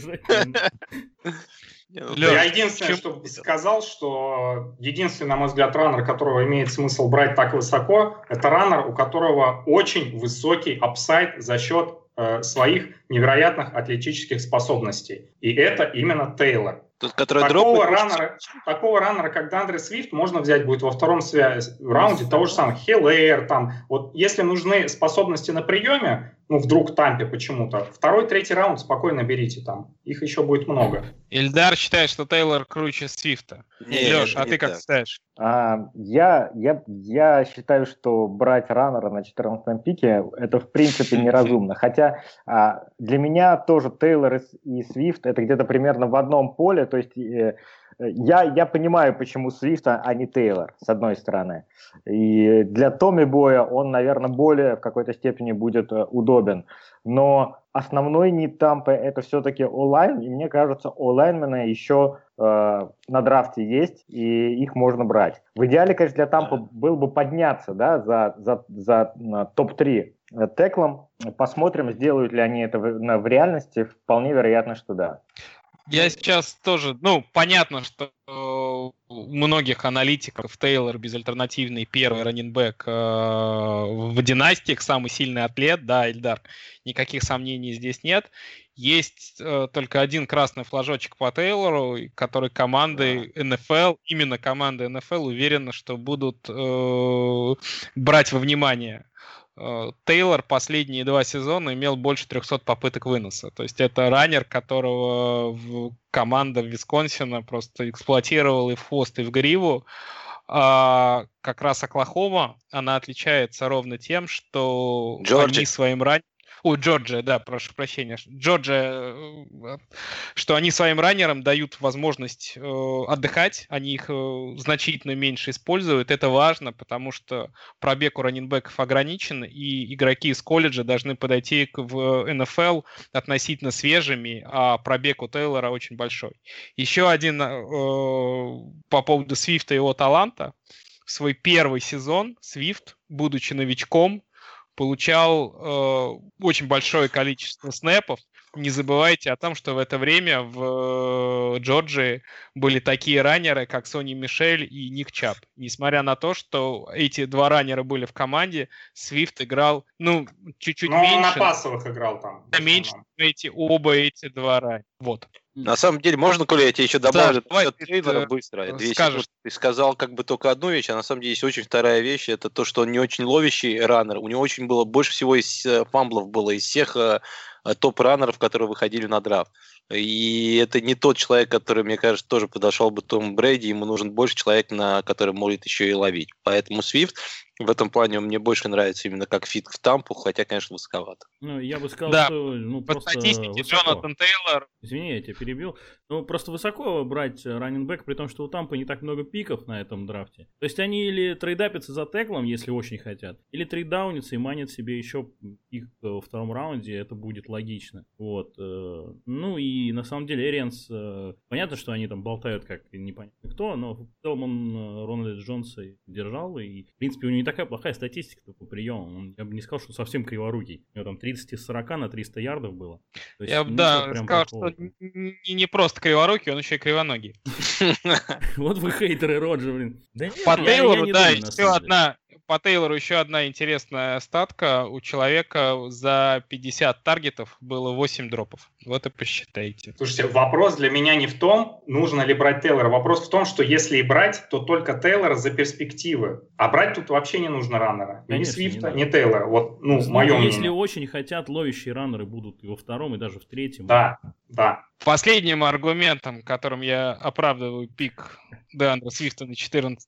Я единственное, что сказал, что единственный, на мой взгляд, раннер, которого имеет смысл брать так высоко, это раннер, у которого очень высокий апсайд за счет своих невероятных атлетических способностей. И это именно Тейлор. Тот, который такого раннера, как Диандре Свифт, можно взять будет во втором раунде того же самого Хиллер. Вот если нужны способности на приеме, вдруг Тампе почему-то, 2-3 раунд спокойно берите там. Их еще будет много. Ильдар считает, что Тейлор круче Свифта. Леш, а ты как считаешь? Я считаю, что брать раннера на 14-м пике это в принципе неразумно. Хотя для меня тоже Тейлор и Свифт это где-то примерно в одном поле. То есть я понимаю, почему Свифт, а не Тейлор, с одной стороны. И для Томми Боя он, наверное, более в какой-то степени будет удобен. Но основной нид Тампы это все-таки онлайн, и мне кажется, онлайнмены еще на драфте есть, и их можно брать. В идеале, конечно, для Тампы было бы подняться, да, за топ-3 теклом. Посмотрим, сделают ли они это в реальности. Вполне вероятно, что да. Я сейчас тоже, понятно, что у многих аналитиков Тейлор безальтернативный первый раннинбэк в династиях, самый сильный атлет, да, Ильдар, никаких сомнений здесь нет. Есть только один красный флажочек по Тейлору, который команды НФЛ, именно команды НФЛ уверены, что будут брать во внимание. Тейлор последние 2 сезона имел больше 300 попыток выноса. То есть это раннер, которого команда Висконсина просто эксплуатировала и в хвост, и в гриву. А как раз Оклахома, она отличается ровно тем, что они своим раннером... Джорджия, да, прошу прощения. Джорджия, что они своим раннерам дают возможность отдыхать, они их значительно меньше используют. Это важно, потому что пробег у раннинбеков ограничен, и игроки из колледжа должны подойти в НФЛ относительно свежими, а пробег у Тейлора очень большой. Еще один по поводу Свифта и его таланта. В свой первый сезон Свифт, будучи новичком, получал очень большое количество снэпов, не забывайте о том, что в это время в Джорджии были такие раннеры, как Сони Мишель и Ник Чап. Несмотря на то, что эти два раннера были в команде, Свифт играл, чуть-чуть меньше. Он на пасовых играл там. Меньше оба эти два раннера. Вот. На самом деле, можно, Коля, я тебе еще добавлю давай Тейлора быстро? Скажешь. Ты сказал как бы только одну вещь, а на самом деле есть очень вторая вещь, это то, что он не очень ловящий раннер. У него очень было, больше всего из фамблов было из всех топ-раннеров, которые выходили на драфт. И это не тот человек, который, мне кажется, тоже подошел бы Тому Брэди. Ему нужен больше человек, который может еще и ловить. Поэтому Свифт в этом плане мне больше нравится именно как фит в Тампу, хотя, конечно, высоковато. Я бы сказал, да. что по просто статистике высоко. Джонатан Тейлор. Извини, я тебя перебил. Просто высоко брать раннинг-бэк, при том, что у Тампы не так много пиков на этом драфте. То есть они или трейдапятся за теклом, если очень хотят, или трейдаунятся и манят себе еще пик во втором раунде, это будет логично. Вот. И на самом деле Эрианс, понятно, что они там болтают как непонятно кто, но в целом он Рональда Джонса держал, и в принципе у него не такая плохая статистика по приемам. Я бы не сказал, что совсем криворукий. У него там 30 из 40 на 300 ярдов было. То есть, я бы сказал, что не просто криворукий, он еще и кривоногий. Вот вы хейтеры Роджа, блин. По Тейлору, по Тейлору еще одна интересная статка. У человека за 50 таргетов было 8 дропов. Вот и посчитайте. Слушайте, вопрос для меня не в том, нужно ли брать Тейлора. Вопрос в том, что если и брать, то только Тейлора за перспективы. А брать тут вообще не нужно раннера. Ни Свифта, ни Тейлора. Вот, мое мнение. Если очень хотят, ловящие раннеры будут и во втором, и даже в третьем. Да. Последним аргументом, которым я оправдываю пик Деандра Свифта на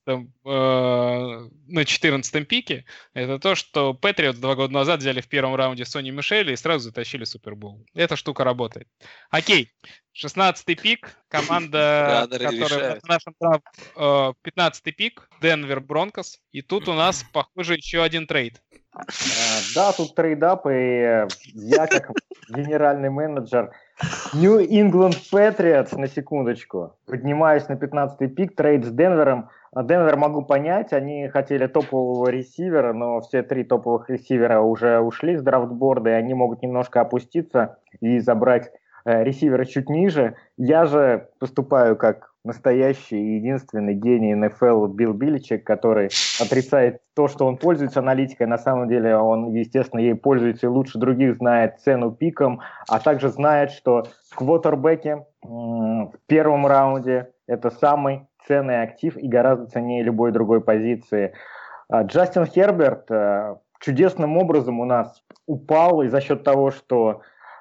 14-м пике, это то, что Патриотс 2 года назад взяли в первом раунде Сони Мишеля и сразу затащили Супербоул. Эта штука работает. Окей. 16-й пик. Команда, которая в нашем драфте 15-й пик. Денвер Бронкос. И тут у нас, похоже, еще один трейд. Да, тут трейдап, и я как генеральный менеджер New England Patriots, на секундочку, поднимаюсь на 15-й пик, трейд с Денвером. Денвер могу понять, они хотели топового ресивера, но все 3 топовых ресивера уже ушли с драфтборда, и они могут немножко опуститься и забрать ресивера чуть ниже. Я же поступаю как настоящий и единственный гений НФЛ Билл Беличек, который отрицает то, что он пользуется аналитикой. На самом деле он, естественно, ей пользуется и лучше других знает цену пиком, а также знает, что квотербеки в первом раунде это самый ценный актив и гораздо ценнее любой другой позиции. Джастин Херберт чудесным образом у нас упал, и за счет того, что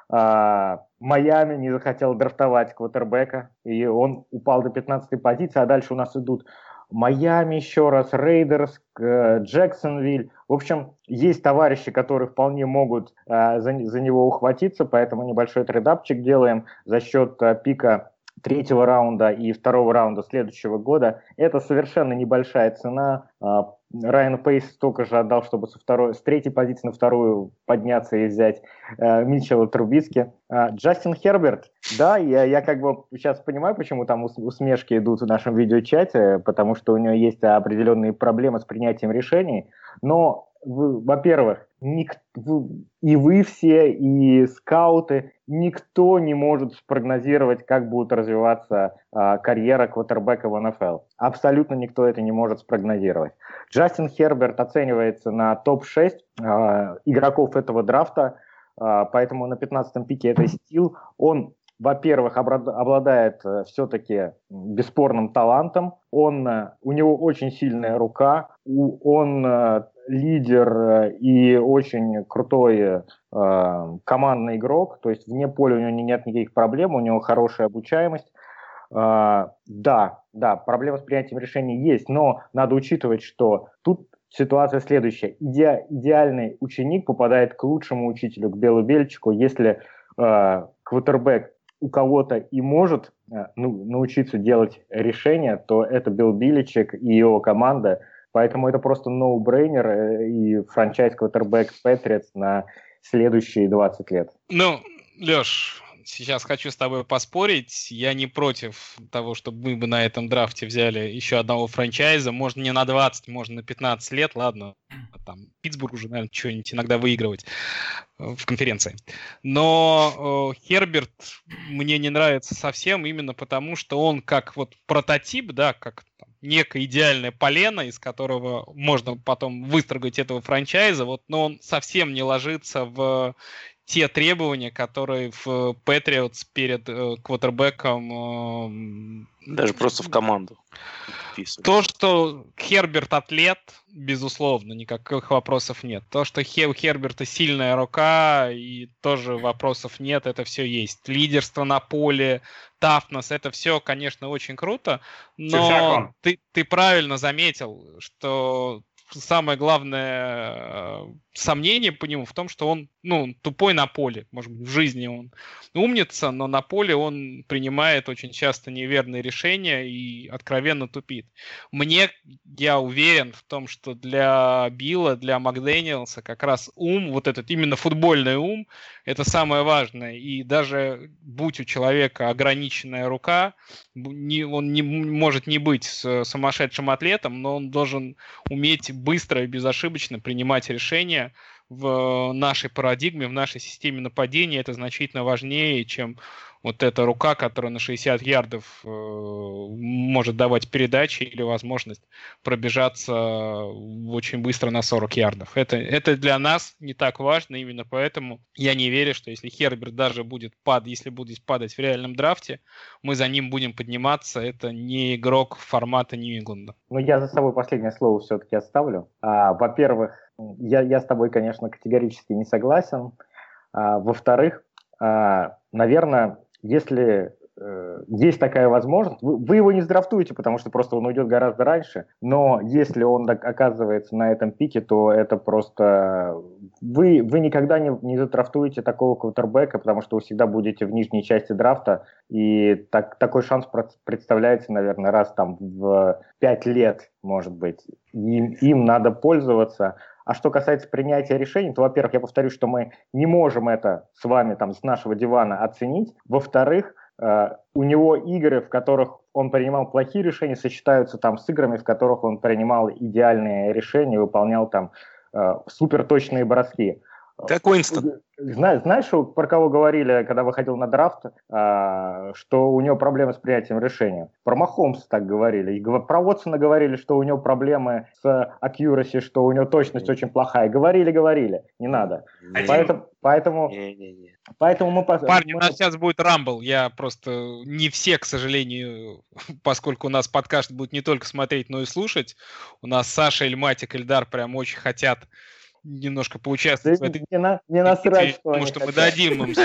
Майами не захотел драфтовать квотербека, и он упал до 15-й позиции, а дальше у нас идут Майами еще раз, Рейдерс, Джексонвиль. В общем, есть товарищи, которые вполне могут за него ухватиться, поэтому небольшой трейдапчик делаем за счет пика 3-го раунда и 2-го раунда следующего года. Это совершенно небольшая цена. Райан Пейс столько же отдал, чтобы с 3-й позиции на 2-ю подняться и взять Митчелла Трубиски. Джастин Херберт, да, я как бы сейчас понимаю, почему там усмешки идут в нашем видеочате, потому что у него есть определенные проблемы с принятием решений, но во-первых, и вы все, и скауты, никто не может спрогнозировать, как будет развиваться карьера квотербека в НФЛ. Абсолютно никто это не может спрогнозировать. Джастин Херберт оценивается на топ-6 игроков этого драфта, поэтому на 15-м пике это стил. Он, во-первых, обладает все-таки бесспорным талантом, у него очень сильная рука, он лидер и очень крутой командный игрок, то есть вне поля у него нет никаких проблем, у него хорошая обучаемость. Да, проблема с принятием решений есть, но надо учитывать, что тут ситуация следующая. Идеальный ученик попадает к лучшему учителю, к Биллу Беличеку, если квотербек у кого-то и может научиться делать решения, то это Билл Беличек и его команда. Поэтому это просто ноу-брейнер и франчайз квотербэк Патриотс на следующие 20 лет. Леш, сейчас хочу с тобой поспорить. Я не против того, чтобы мы бы на этом драфте взяли еще одного франчайза. Можно не на 20, можно на 15 лет, ладно. Там Питтсбург уже, наверное, что-нибудь иногда выигрывать в конференции. Но Херберт мне не нравится совсем именно потому, что он как вот прототип, да, как там, некое идеальное полено, из которого можно потом выстрогать этого франчайза, вот, но он совсем не ложится в те требования, которые в Патриотс перед квотербеком... Даже просто в команду. То, что Херберт атлет, безусловно, никаких вопросов нет. То, что у Херберта сильная рука, и тоже вопросов нет, это все есть. Лидерство на поле, тафнес, это все, конечно, очень круто, но ты правильно заметил, что самое главное сомнение по нему в том, что он тупой на поле. Может быть, в жизни он умница, но на поле он принимает очень часто неверные решения и откровенно тупит. Я уверен в том, что для Билла, для Макдэниелса как раз ум, вот этот именно футбольный ум, это самое важное. И даже будь у человека ограниченная рука, он не может не быть сумасшедшим атлетом, но он должен уметь быстро и безошибочно принимать решения. В нашей парадигме, в нашей системе нападения это значительно важнее, чем вот эта рука, которая на 60 ярдов может давать передачи или возможность пробежаться очень быстро на 40 ярдов. Это для нас не так важно, именно поэтому я не верю, что если Херберт даже будет падать в реальном драфте, мы за ним будем подниматься. Это не игрок формата Нью-Ингланда. Ну, я за собой последнее слово все-таки оставлю. Во-первых, я с тобой, конечно, категорически не согласен. Во-вторых, наверное, если есть такая возможность, вы его не сдрафтуете, потому что просто он уйдет гораздо раньше, но если он оказывается на этом пике, то это просто... Вы никогда не задрафтуете такого квотербека, потому что вы всегда будете в нижней части драфта, и такой шанс представляется, наверное, раз там в 5 лет, может быть. Им надо пользоваться. А что касается принятия решений, то, во-первых, я повторюсь, что мы не можем это с вами там с нашего дивана оценить. Во-вторых, у него игры, в которых он принимал плохие решения, сочетаются там с играми, в которых он принимал идеальные решения, выполнял там суперточные броски. Как Уинстон. Знаешь, про кого говорили, когда выходил на драфт, что у него проблемы с принятием решения? Про Махомса так говорили. И про Уотсона говорили, что у него проблемы с accuracy, что у него точность очень плохая. Говорили. Не надо. Поэтому мы... Парни, у нас сейчас будет рамбл. Я просто не все, к сожалению, поскольку у нас подкаст будет не только смотреть, но и слушать. У нас Саша, Ильматик, Ильдар прям очень хотят немножко поучаствовать в этой... Не насрать, потому что мы дадим им...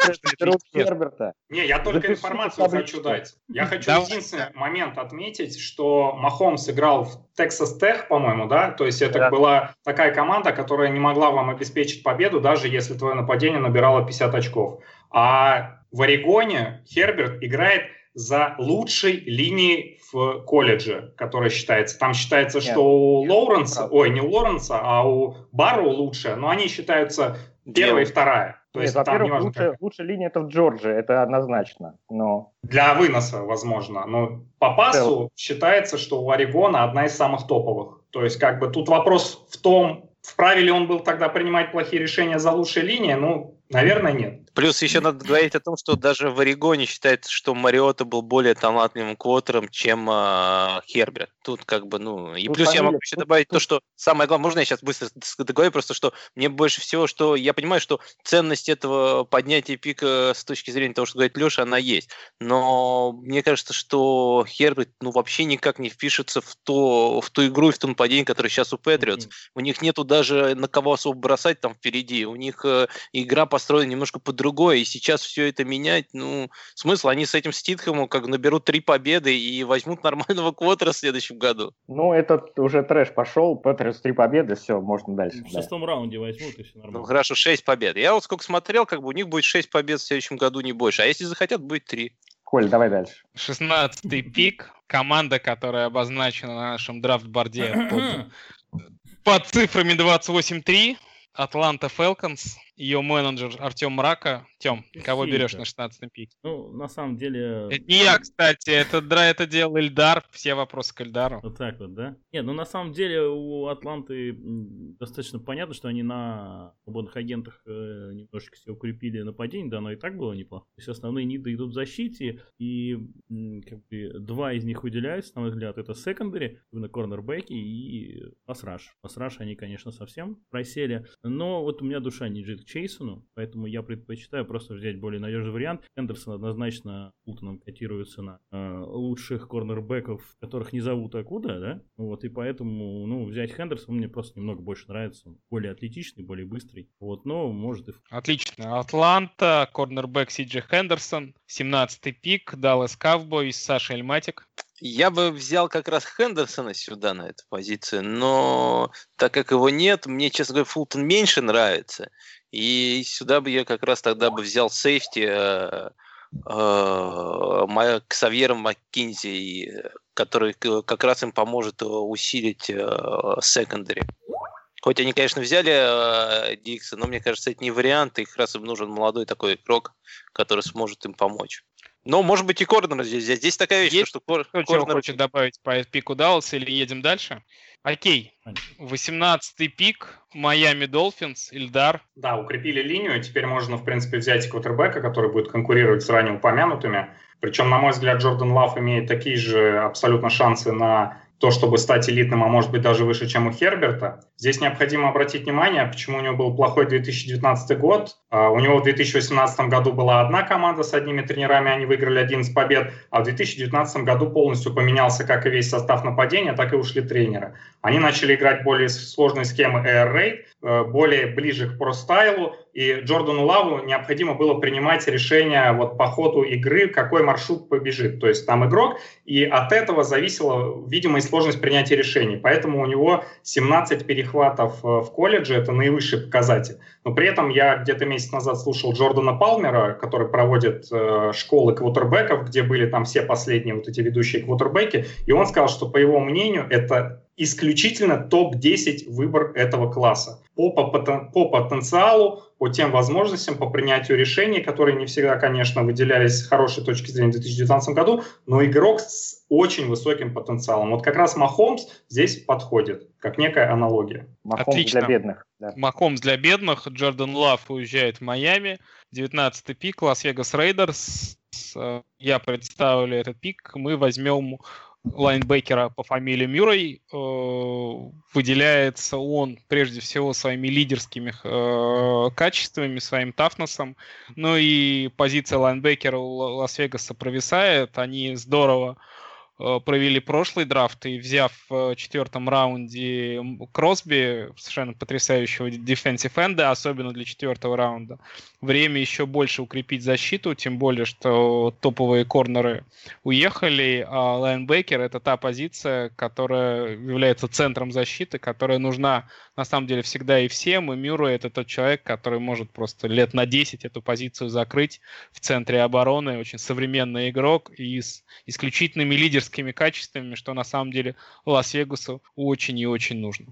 Не, я только информацию хочу дать. Я хочу единственный момент отметить, что Махомс играл в Texas Tech, по-моему, да? То есть это была такая команда, которая не могла вам обеспечить победу, даже если твое нападение набирало 50 очков. А в Орегоне Херберт играет за лучшей линией в колледже, которая считается. Там считается, что у Лоуренса, не у Лоуренса, а у Барроу лучше, но они считаются первая и вторая. То есть, во-первых, лучшая линия это в Джорджии, это однозначно. Но... Для выноса, возможно. Но по пасу считается, что у Орегона одна из самых топовых. То есть, как бы тут вопрос в том, вправе ли он был тогда принимать плохие решения за лучшей линией, наверное, нет. Плюс еще надо говорить о том, что даже в Орегоне считается, что Мариотта был более талантливым квотером, чем Херберт. Тут как бы, И плюс я могу еще добавить то, что самое главное, можно я сейчас быстро договорю, просто что мне больше всего, что я понимаю, что ценность этого поднятия пика с точки зрения того, что говорит Леша, она есть. Но мне кажется, что Херберт вообще никак не впишется в ту игру и в то нападение, которое сейчас у Патриотс. У них нету даже на кого особо бросать там впереди. У них игра построена немножко по-другое, и сейчас все это менять, смысл, они с этим Стидхэмом как наберут 3 победы и возьмут нормального квотера в следующем году. Это уже трэш пошел, Патриотс 3 победы, все, можно дальше. В 6-м раунде возьмут, и все нормально. Хорошо, 6 побед. Я вот сколько смотрел, у них будет 6 побед в следующем году, не больше, а если захотят, будет 3. Коль, давай дальше. 16-й пик, команда, которая обозначена на нашем драфт-борде под цифрами 28-3, Атланта Фэлконс, ее менеджер Артем Мрака, Тём, кого Частенько. берешь на 16-м пике? Ну, на самом деле... Это не я, кстати, это делал Ильдар. Все вопросы к Ильдару. Вот так вот, да? Нет, ну на самом деле у Атланты достаточно понятно, что они на свободных агентах немножечко себе укрепили нападение, да, оно и так было неплохо. То есть основные ниды идут в защите, и как бы два из них выделяются, на мой взгляд, это секондари, именно корнербеки и пас-раш. Пас-раш они, конечно, совсем просели, но вот у меня душа не лежит к Чейсону, поэтому я предпочитаю просто взять более надежный вариант. Хендерсон однозначно Фултоном котируется на лучших корнербеков, которых не зовут Акуда, да? Вот, и поэтому, ну, взять Хендерсона мне просто немного больше нравится. Он более атлетичный, более быстрый. Вот, но может и... Отлично. Атланта, корнербэк Си-Джей Хендерсон, 17-й пик, Даллас Cowboys, Саша Эльматик. Я бы взял как раз Хендерсона сюда, на эту позицию, но так как его нет, мне, честно говоря, Фултон меньше нравится. И сюда бы я как раз тогда бы взял сейфти Ксавьером Маккинзи, который как раз им поможет усилить секондари. Хоть они, конечно, взяли Дикса, но мне кажется, это не вариант. Их раз им нужен молодой такой игрок, который сможет им помочь. Но, может быть, и корнер здесь. Здесь такая вещь, что Кто хочет добавить по пику Далласа или едем дальше? Окей. 18-й пик, Майами Долфинс, Ильдар. Да, укрепили линию. Теперь можно, в принципе, взять квотербека, который будет конкурировать с ранее упомянутыми. Причем, на мой взгляд, Джордан Лав имеет такие же абсолютно шансы на то, чтобы стать элитным, а может быть даже выше, чем у Херберта. Здесь необходимо обратить внимание, почему у него был плохой 2019 год. У него в 2018 году была одна команда с одними тренерами, они выиграли 11 побед, а в 2019 году полностью поменялся как и весь состав нападения, так и ушли тренеры. Они начали играть более сложные схемы Air Raid, более ближе к простайлу, и Джордану Лаву необходимо было принимать решение вот по ходу игры, какой маршрут побежит. То есть там игрок, и от этого зависела видимая сложность принятия решений. Поэтому у него 17 перехватов в колледже, это наивысший показатель. Но при этом я где-то месяц назад слушал Джордана Палмера, который проводит школы квотербеков, где были там все последние вот эти ведущие квотербеки, и он сказал, что по его мнению это исключительно топ-10 выбор этого класса. По потенциалу, по тем возможностям, по принятию решений, которые не всегда, конечно, выделялись с хорошей точки зрения в 2019 году, но игрок с очень высоким потенциалом. Вот как раз Махомс здесь подходит, как некая аналогия. Махомс Отлично. для бедных. Да. Махомс для бедных, Джордан Лав уезжает в Майами, 19-й пик, Лас-Вегас Рейдерс. Я представлю этот пик, мы возьмем лайнбекера по фамилии Мюррей. Выделяется он прежде всего своими лидерскими качествами, своим тафнесом. Ну и позиция лайнбекера у Лас-Вегаса провисает. Они здорово провели прошлый драфт, и взяв в 4-м раунде Кросби, совершенно потрясающего дефенсив-энда, особенно для 4-го раунда, время еще больше укрепить защиту, тем более, что топовые корнеры уехали, а лайнбекер — это та позиция, которая является центром защиты, которая нужна на самом деле всегда и всем, и Мюррей — это тот человек, который может просто лет на 10 эту позицию закрыть в центре обороны, очень современный игрок и с исключительными лидерскими качествами, что на самом деле Лас-Вегасу очень и очень нужно.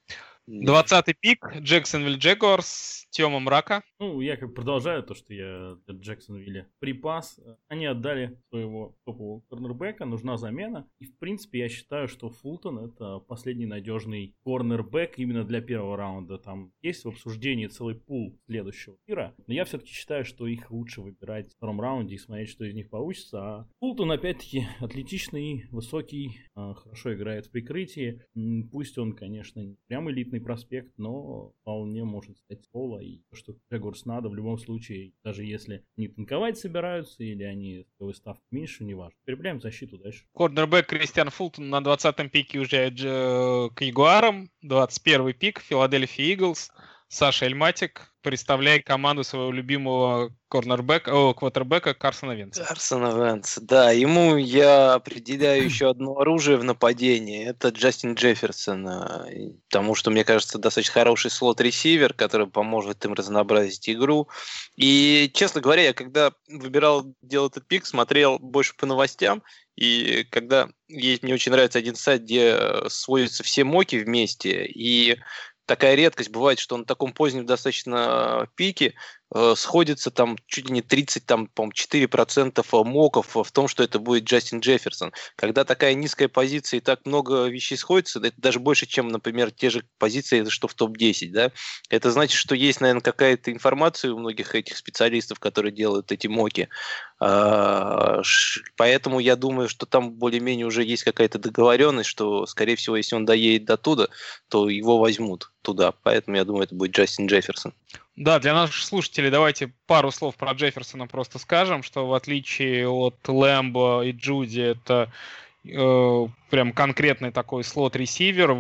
20-й пик, Джексонвилл Джегуарс, Тёма Мрака. Ну, я как продолжаю то, что я для Джексонвилля припас. Они отдали своего топового корнербека, нужна замена. И, в принципе, я считаю, что Фултон — это последний надежный корнербек именно для первого раунда. Там есть в обсуждении целый пул следующего тира. Но я все-таки считаю, что их лучше выбирать в втором раунде и смотреть, что из них получится. А Фултон, опять-таки, атлетичный, высокий, хорошо играет в прикрытии. Пусть он, конечно, не прям элитный проспект, но вполне может стать пола. И то, что Джегуарс надо в любом случае, даже если не танковать собираются или они ставку меньше, неважно. Укрепляем защиту дальше. Корнербэк Кристиан Фултон на 20-м пике уезжает к Ягуарам. 21-й пик, Филадельфия Иглс. Саша Эльматик, представляй команду своего любимого квотербека Карсона Вентса. Карсона Вентса, да. Ему я определяю еще одно оружие в нападении. Это Джастин Джефферсон. Потому что, мне кажется, достаточно хороший слот-ресивер, который поможет им разнообразить игру. И, честно говоря, я когда делал этот пик, смотрел больше по новостям. И когда мне очень нравится один сайт, где сводятся все моки вместе, и такая редкость бывает, что на таком позднем достаточно пике сходится там чуть ли не 30, там, по-моему, 4% моков в том, что это будет Джастин Джефферсон. Когда такая низкая позиция и так много вещей сходится, это даже больше, чем, например, те же позиции, что в топ-10, да, это значит, что есть, наверное, какая-то информация у многих этих специалистов, которые делают эти моки. Поэтому я думаю, что там более-менее уже есть какая-то договоренность, что, скорее всего, если он доедет до туда, то его возьмут туда. Поэтому я думаю, это будет Джастин Джефферсон. Да, для наших слушателей давайте пару слов про Джефферсона просто скажем, что в отличие от Лэмбо и Джуди, это прям конкретный такой слот-ресивер.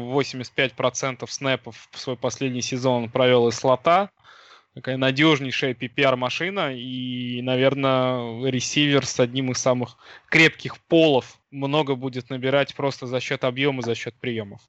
85% снэпов в свой последний сезон он провел из слота. Такая надежнейшая PPR-машина и, наверное, ресивер с одним из самых крепких полов. Много будет набирать просто за счет объема, за счет приемов.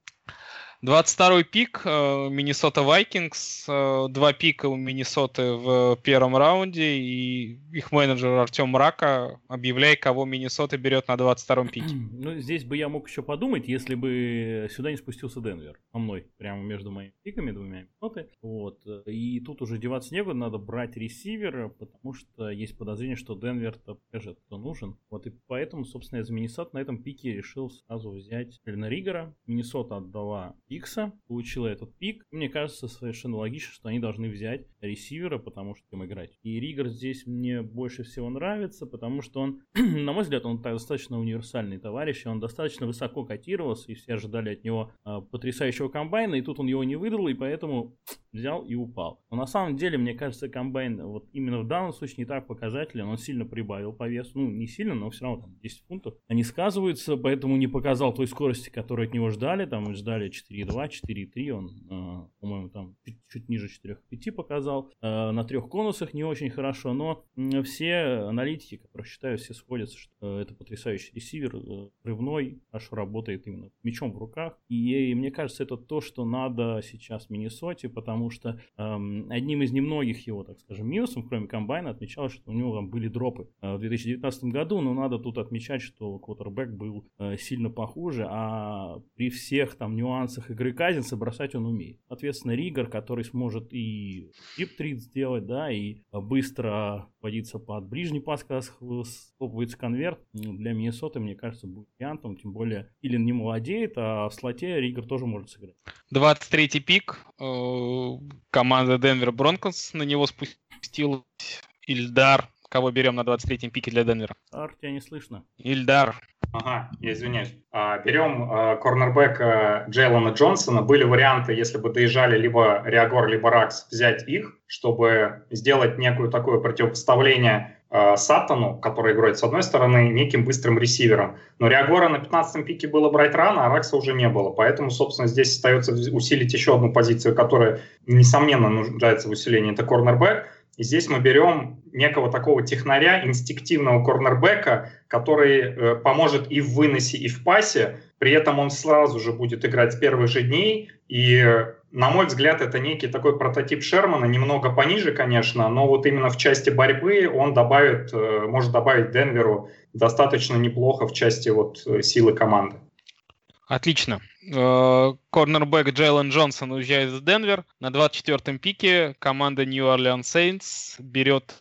22-й пик Миннесота Вайкингс. 2 пика у Миннесоты в первом раунде. И их менеджер Артем Мрака, объявляй, кого Миннесота берет на 22-м пике. Ну, здесь бы я мог еще подумать, если бы сюда не спустился Денвер. По мной, прямо между моими пиками, 2 Миннесоты. Вот. И тут уже деваться некуда, надо брать ресивера, потому что есть подозрение, что Денвер-то покажет, кто нужен. Вот и поэтому, собственно, я за Миннесоту на этом пике решил сразу взять Эльна Ригера. Миннесота отдала Пикса, получила этот пик. Мне кажется, совершенно логично, что они должны взять ресивера, потому что им играть. И Ригер здесь мне больше всего нравится, потому что он, на мой взгляд, он достаточно универсальный товарищ, и он достаточно высоко котировался, и все ожидали от него потрясающего комбайна, и тут он его не выдал, и поэтому взял и упал. Но на самом деле, мне кажется, комбайн вот именно в данном случае не так показателен, он сильно прибавил по весу, ну не сильно, но все равно там 10 фунтов. Они сказываются, поэтому не показал той скорости, которую от него ждали, там ждали 4.2, 4.3, он, по-моему, там чуть ниже 4.5 показал. На 3 конусах не очень хорошо, но все аналитики, которые считаю, все сходятся, что это потрясающий ресивер, взрывной, хорошо работает именно мячом в руках. И мне кажется, это то, что надо сейчас Миннесоте, потому что одним из немногих его, так скажем, минусов, кроме комбайна, отмечалось, что у него там были дропы в 2019 году, но надо тут отмечать, что квотербэк был сильно похуже, а при всех там нюансах игры Казинса бросать он умеет. Соответственно, Ригер, который сможет и дип-трит сделать, да, и быстро водиться под ближний пас, когда схлопывается конверт, для Миннесоты, мне кажется, будет вариантом, тем более Илин не молодеет, а в слоте Ригер тоже может сыграть. 23-й пик. Команда Денвер Бронкос на него спустилась. Ильдар. Кого берем на 23-м пике для Денвера? Ар, тебя не слышно. Ильдар. Ага, я извиняюсь. Берем корнербэка Джейлона Джонсона. Были варианты, если бы доезжали либо Риагор, либо Ракс, взять их, чтобы сделать некую такое противопоставление Саттону, который играет с одной стороны, неким быстрым ресивером. Но Риагора на 15-м пике было брать рано, а Ракса уже не было. Поэтому, собственно, здесь остается усилить еще одну позицию, которая, несомненно, нуждается в усилении. Это корнербэк. И здесь мы берем некого такого технаря, инстинктивного корнербэка, который поможет и в выносе, и в пасе. При этом он сразу же будет играть с первых же дней. И, на мой взгляд, это некий такой прототип Шермана, немного пониже, конечно, но вот именно в части борьбы он может добавить Денверу достаточно неплохо в части вот силы команды. Отлично. Корнербэк Джейлон Джонсон уезжает в Денвер. На 24-м пике команда New Orleans Saints берет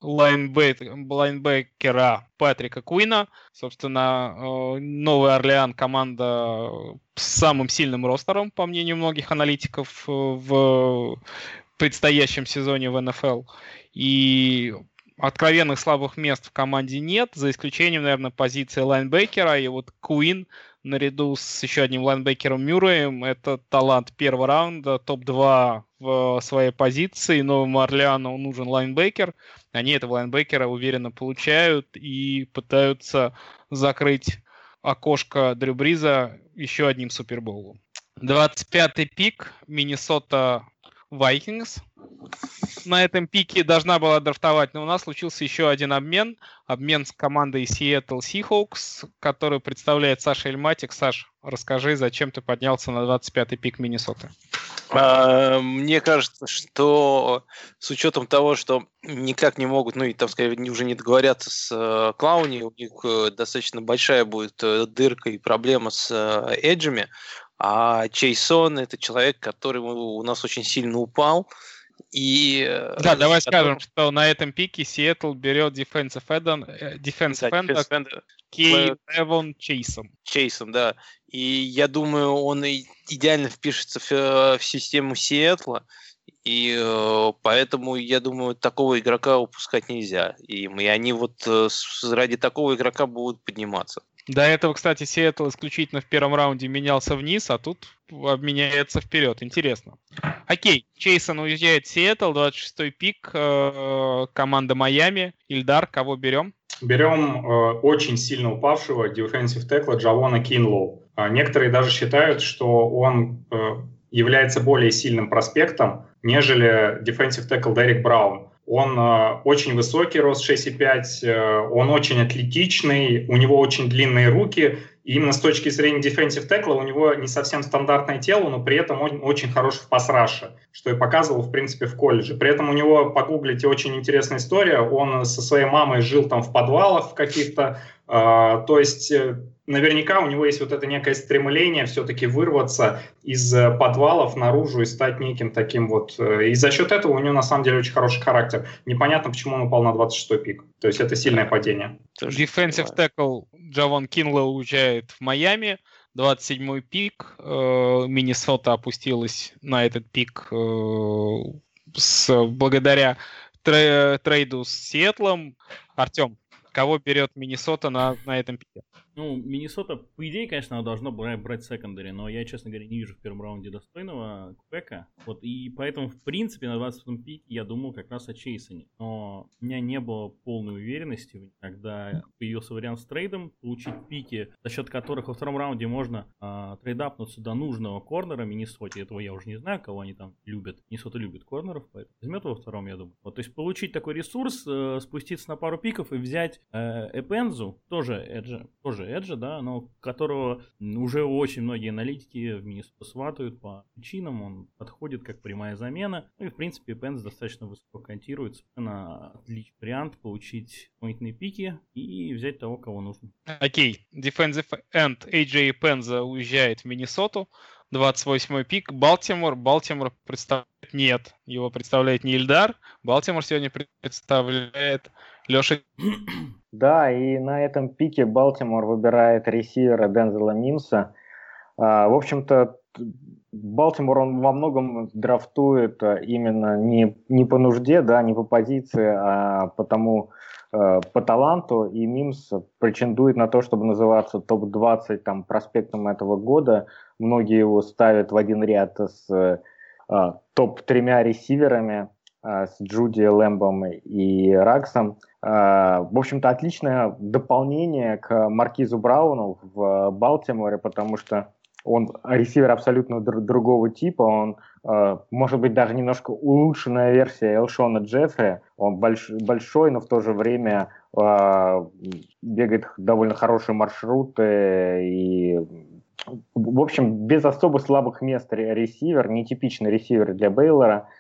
лайнбекера Патрика Куина. Собственно, Новый Орлеан команда с самым сильным ростером, по мнению многих аналитиков, в предстоящем сезоне в НФЛ. И откровенных слабых мест в команде нет, за исключением, наверное, позиции лайнбекера. И вот Куин наряду с еще одним лайнбекером Мюрреем — это талант первого раунда, топ-2 в своей позиции. Новому Орлеану нужен лайнбекер. Они этого лайнбекера уверенно получают и пытаются закрыть окошко Дрю Бриза еще одним супербоулом. 25-й пик Миннесота Vikings. На этом пике должна была драфтовать, но у нас случился еще один обмен. Обмен с командой Seattle Seahawks, которую представляет Саша Эльматик. Саш, расскажи, зачем ты поднялся на 25-й пик Миннесоты? Мне кажется, что с учетом того, что никак не могут, ну и там, сказать, уже не договорятся с Клауни, у них достаточно большая будет дырка и проблема с эджами, а Чейсон — это человек, который у нас очень сильно упал, Да, давай скажем, что на этом пике Сиэтл берет defensive end Кевин Чейсом. Чейсом, да. И я думаю, он идеально впишется в систему Сиэтла. И поэтому, я думаю, такого игрока упускать нельзя. И они вот ради такого игрока будут подниматься. До этого, кстати, Сиэтл исключительно в первом раунде менялся вниз, а тут обменяется вперед. Интересно. Окей, Чейсон уезжает в Сиэтл, 26-й пик, команда Майами. Ильдар, кого берем? Берем очень сильно упавшего defensive tackle Джавона Кинлоу. Некоторые даже считают, что он является более сильным проспектом, нежели defensive tackle Дерек Браун. Он очень высокий, рост 6,5, он очень атлетичный, у него очень длинные руки. И именно с точки зрения defensive tackle у него не совсем стандартное тело, но при этом он очень хороший в пас-раше, что и показывал, в принципе, в колледже. При этом у него, погуглите, очень интересная история. Он со своей мамой жил там в подвалах в каких-то. То есть наверняка у него есть вот это некое стремление все-таки вырваться из подвалов наружу и стать неким таким вот. И за счет этого у него на самом деле очень хороший характер. Непонятно, почему он упал на 26-й пик. То есть это сильное падение. Defensive tackle Джавон Кинлоу уезжает в Майами. 27-й пик. Миннесота опустилась на этот пик благодаря трейду с Сиэтлом. Артем, кого берет Миннесота на этом пике? Ну, Миннесота, по идее, конечно, она должна брать секондари, но я, честно говоря, не вижу в первом раунде достойного квека. Вот, и поэтому, в принципе, на 20-м пике я думал как раз о Чейсоне. Но у меня не было полной уверенности, когда появился вариант с трейдом, получить пики, за счет которых во втором раунде можно трейдапнуться до нужного корнера Миннесоте. Этого я уже не знаю, кого они там любят. Миннесота любит корнеров, поэтому возьмет во втором, я думаю. Вот, то есть получить такой ресурс, спуститься на пару пиков и взять Эпензу, тоже эджа, да, но которого уже очень многие аналитики в Миннесоту сватают по причинам, он подходит как прямая замена. Ну и в принципе Пенс достаточно высоко котируется. На отличный вариант получить дополнительные пики и взять того, кого нужно. Окей, defensive end AJ Пенза уезжает в Миннесоту. 28-й пик, Балтимор представляет... Нет, его представляет не Ильдар. Балтимор сегодня представляет Леша. Да, и на этом пике Балтимор выбирает ресивера Дензела Мимса. В общем-то, Балтимор он во многом драфтует именно не по нужде, да, не по позиции, а по таланту. И Мимс претендует на то, чтобы называться топ-20 там, проспектом этого года. Многие его ставят в один ряд с топ-3 ресиверами, с Джуди, Лэмбом и Раксом. В общем-то, отличное дополнение к Маркизу Брауну в Балтиморе, потому что он ресивер абсолютно другого типа, он, может быть, даже немножко улучшенная версия Элшона Джеффри, он большой, но в то же время бегает довольно хорошие маршруты и, в общем, без особо слабых мест ресивер, нетипичный ресивер для Бейлора,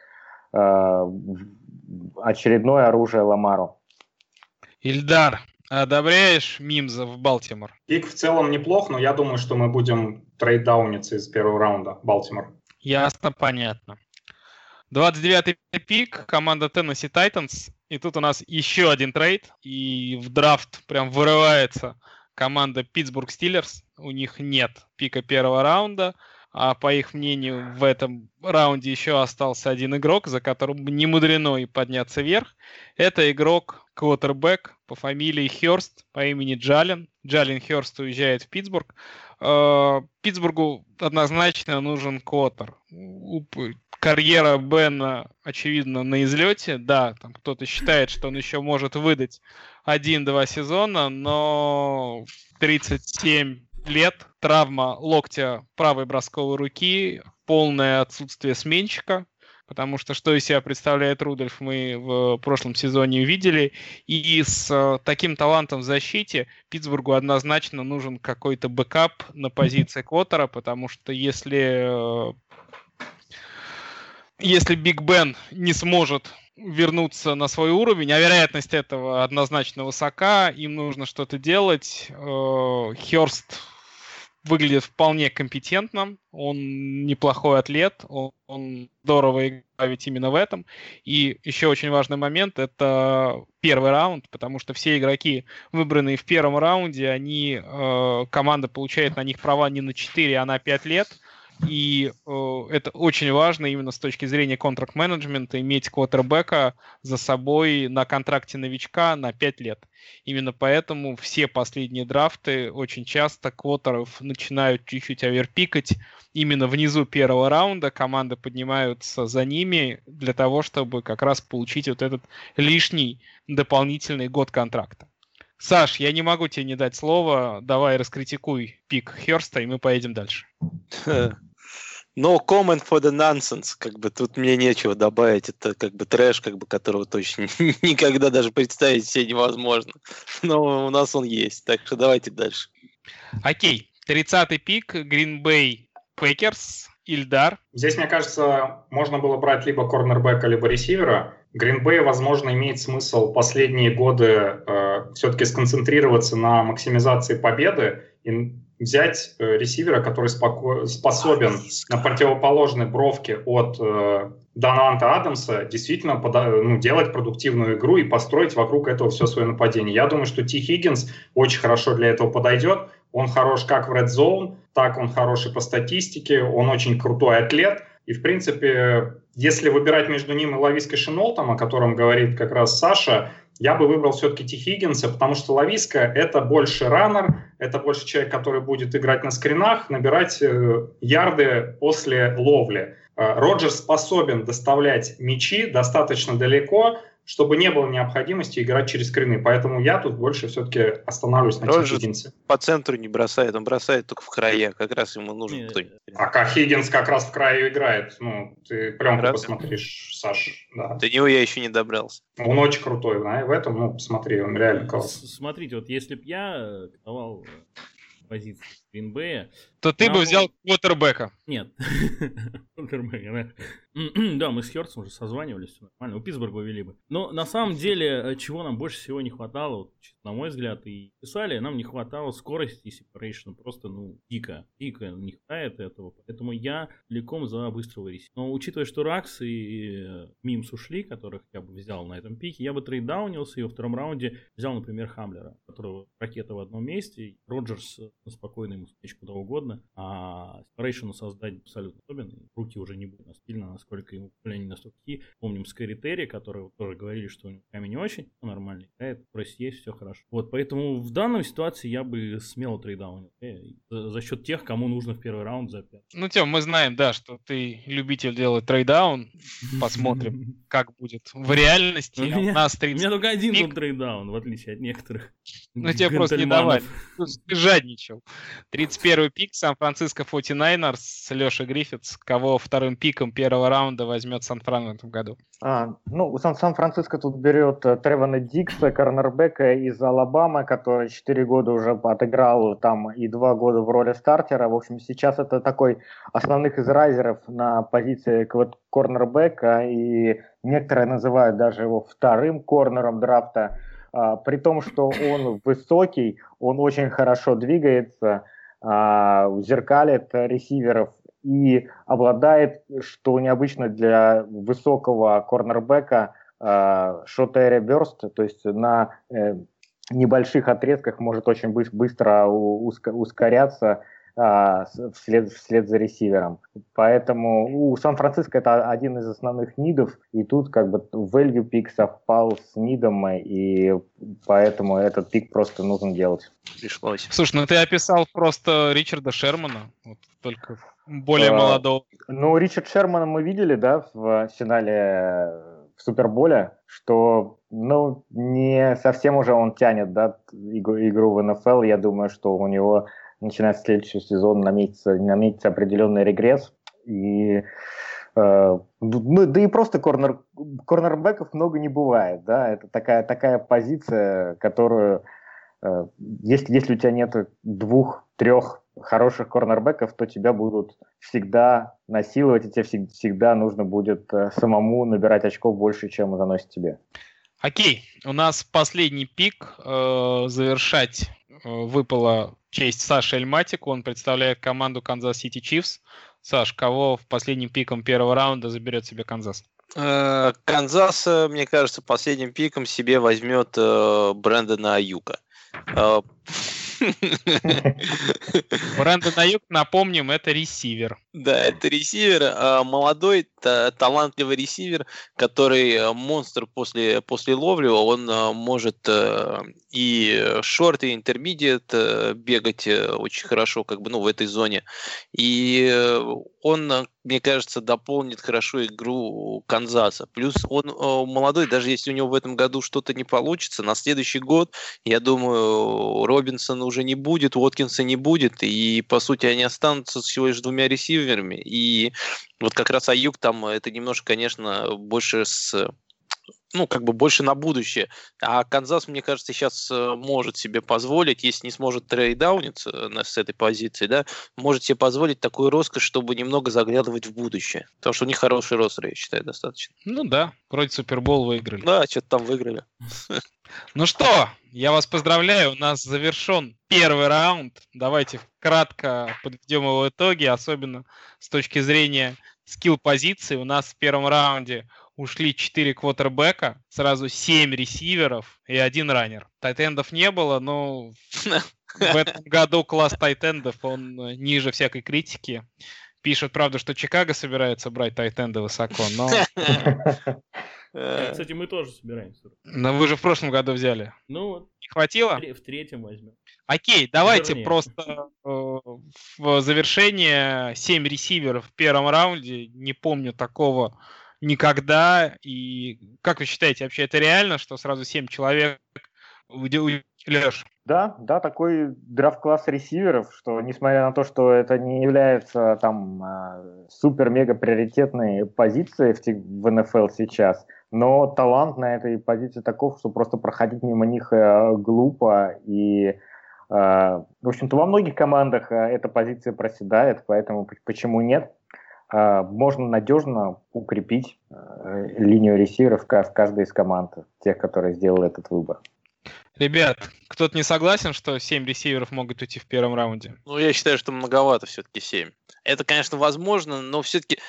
очередное оружие Ламару. Ильдар, одобряешь Мимза в Балтимор? Пик в целом неплох, но я думаю, что мы будем трейддауниться из первого раунда. Балтимор. Ясно, понятно. 29-й пик, команда Tennessee Titans. И тут у нас еще один трейд. И в драфт прям вырывается команда Pittsburgh Steelers. У них нет пика первого раунда. А по их мнению, в этом раунде еще остался один игрок, за которым не мудрено и подняться вверх. Это игрок, квотербэк по фамилии Хёрст, по имени Джален. Джален Хёрст уезжает в Питтсбург. Питтсбургу однозначно нужен квотер. Карьера Бена, очевидно, на излете. Да, там кто-то считает, что он еще может выдать 1-2 сезона, но 37 лет, травма локтя правой бросковой руки, полное отсутствие сменщика, потому что что из себя представляет Рудольф, мы в прошлом сезоне увидели, и с таким талантом в защите Питтсбургу однозначно нужен какой-то бэкап на позиции квотера, потому что если Биг Бен не сможет вернуться на свой уровень, а вероятность этого однозначно высока, им нужно что-то делать. Хёрст выглядит вполне компетентно, он неплохой атлет, он здорово играет именно в этом. И еще очень важный момент – это первый раунд, потому что все игроки, выбранные в первом раунде, команда получает на них права не на 4, а на 5 лет. И это очень важно именно с точки зрения контракт-менеджмента, иметь квотербека за собой на контракте новичка на 5 лет. Именно поэтому все последние драфты очень часто квотеров начинают чуть-чуть оверпикать. Именно внизу первого раунда команды поднимаются за ними для того, чтобы как раз получить вот этот лишний дополнительный год контракта. Саш, я не могу тебе не дать слова. Давай раскритикуй пик Хёрста, и мы поедем дальше. No comment for the nonsense. Как бы тут мне нечего добавить. Это как бы трэш, как бы, которого точно никогда даже представить себе невозможно. Но у нас он есть. Так что давайте дальше. Окей. 30-й пик. Green Bay Packers. Ильдар. Здесь, мне кажется, можно было брать либо корнербека, либо ресивера. Green Bay, возможно, имеет смысл последние годы все-таки сконцентрироваться на максимизации победы и взять ресивера, который способен на противоположной бровке от Даванте Адамса действительно делать продуктивную игру и построить вокруг этого все свое нападение. Я думаю, что Ти Хиггинс очень хорошо для этого подойдет. Он хорош как в Red Zone, так он хороший по статистике, он очень крутой атлет. И, в принципе, если выбирать между ним и Лавиской Шинолтом, о котором говорит как раз Саша, я бы выбрал все-таки Ти Хиггинса, потому что Лависка – это больше раннер, это больше человек, который будет играть на скринах, набирать ярды после ловли. Роджерс способен доставлять мячи достаточно далеко, чтобы не было необходимости играть через скрины. Поэтому я тут больше все-таки остановлюсь на Ти Хиггинсе. По центру не бросает, он бросает только в края. Как раз ему нужен кто-нибудь. А Хиггинс как раз в краю играет. Ты пленку посмотришь, Саш. Да. До него я еще не добрался. Он очень крутой, в этом, посмотри, он реально класс. Смотрите, вот если бы я давал позицию Green Bay, то ты бы взял квотербека. Нет. Да, мы с Хёртсом уже созванивались, все нормально. У Питтсбурга увели бы. Но на самом деле, чего нам больше всего не хватало, вот, на мой взгляд, и писали, нам не хватало скорости и separation. Просто, дико не хватает этого. Поэтому я целиком за быстрого ресивера. Но учитывая, что Ракс и Мимс ушли, которых я бы взял на этом пике, я бы трейдаунился и во втором раунде взял, например, Хамлера, которого ракета в одном месте, и Роджерс спокойно ему смечь куда угодно, а separation создать абсолютно особенно. Руки уже не будут настильно, насколько ему не настолько такие. Помним Скэри Терри, которые тоже говорили, что у него камень не очень, нормально играет, просить есть, все хорошо. Вот, поэтому в данной ситуации я бы смело трейдаунил за счет тех, кому нужно в первый раунд за 5. Тём, мы знаем, да, что ты любитель делать трейдаун. Посмотрим, как будет в реальности. У меня только один был трейдаун, в отличие от некоторых. Тебе просто не давали. Ты жадничал. 31-й пик Сан-Франциско 49ers, Леша Гриффитс. Кого вторым пиком первого раунда возьмет Сан-Фран в этом году? Сан-Франциско тут берет Тревона Дикса, корнербека из Алабамы, который 4 года уже отыграл там и 2 года в роли стартера. В общем, сейчас это такой основных из райзеров на позиции корнербека, и некоторые называют даже его вторым корнером драфта. При том, что он высокий, он очень хорошо двигается, зеркалит ресиверов и обладает, что необычно для высокого корнербека, short-area burst, то есть на небольших отрезках может очень быстро ускоряться вслед за ресивером. Поэтому у Сан-Франциско это один из основных нидов, и тут как бы value пик совпал с нидом, и поэтому этот пик просто нужно делать. Пришлось. Слушай, ты описал просто Ричарда Шермана, только более молодого. Ричард Шермана мы видели, да, в финале в Суперболе, что, не совсем уже он тянет, да, игру в НФЛ. Я думаю, что у него начиная с следующего сезона наметится определенный регресс. И, да и просто корнербеков много не бывает. Да? Это такая позиция, которую, если у тебя нет 2-3 хороших корнербеков, то тебя будут всегда насиловать, и тебе всегда нужно будет самому набирать очков больше, чем заносит тебе. Окей, у нас последний пик. Завершать выпало честь Саши Эльматику. Он представляет команду Канзас Сити Чифс. Саш, кого в последним пиком первого раунда заберет себе Канзас? Канзас, мне кажется, последним пиком себе возьмет Брэндона Аюка. Брэндон Аюк, напомним, это ресивер. Да, это ресивер, молодой, талантливый ресивер, который монстр после ловли, он может и шорт, и интермедиат бегать очень хорошо, как бы, в этой зоне. И он, мне кажется, дополнит хорошо игру Канзаса. Плюс он молодой, даже если у него в этом году что-то не получится, на следующий год, я думаю, Робинсона уже не будет, Уоткинса не будет, и, по сути, они останутся всего лишь двумя ресиверами. И вот как раз Аюк там, это немножко, конечно, больше больше на будущее. А Канзас, мне кажется, сейчас может себе позволить, если не сможет трейдауниться с этой позиции, да, может себе позволить такую роскошь, чтобы немного заглядывать в будущее. Потому что у них хороший ростер, я считаю, достаточно. Ну да, вроде Супербол выиграли. Да, что-то там выиграли. Ну что, я вас поздравляю, у нас завершен первый раунд. Давайте кратко подведем его итоги, особенно с точки зрения скилл-позиции. У нас в первом раунде ушли 4 квотербека, сразу 7 ресиверов и 1 раннер. Тайтендов не было, но в этом году класс тайтендов, он ниже всякой критики. Пишут, правда, что Чикаго собирается брать тайтенда высоко, но... Кстати, мы тоже собираемся. Но вы же в прошлом году взяли. Ну вот. Не хватило? В третьем возьмем. Окей, давайте просто в завершение 7 ресиверов в первом раунде. Не помню такого никогда. И как вы считаете, вообще это реально, что сразу 7 человек? Леш? Да, такой драфт-класс ресиверов, что несмотря на то, что это не является там супер-мега приоритетной позицией в НФЛ сейчас, но талант на этой позиции таков, что просто проходить мимо них глупо. И, в общем-то, во многих командах эта позиция проседает, поэтому почему нет? Можно надежно укрепить линию ресиверов в каждой из команд, тех, которые сделали этот выбор. Ребят, кто-то не согласен, что 7 ресиверов могут уйти в первом раунде? Ну, я считаю, что многовато все-таки 7. Это, конечно, возможно, но все-таки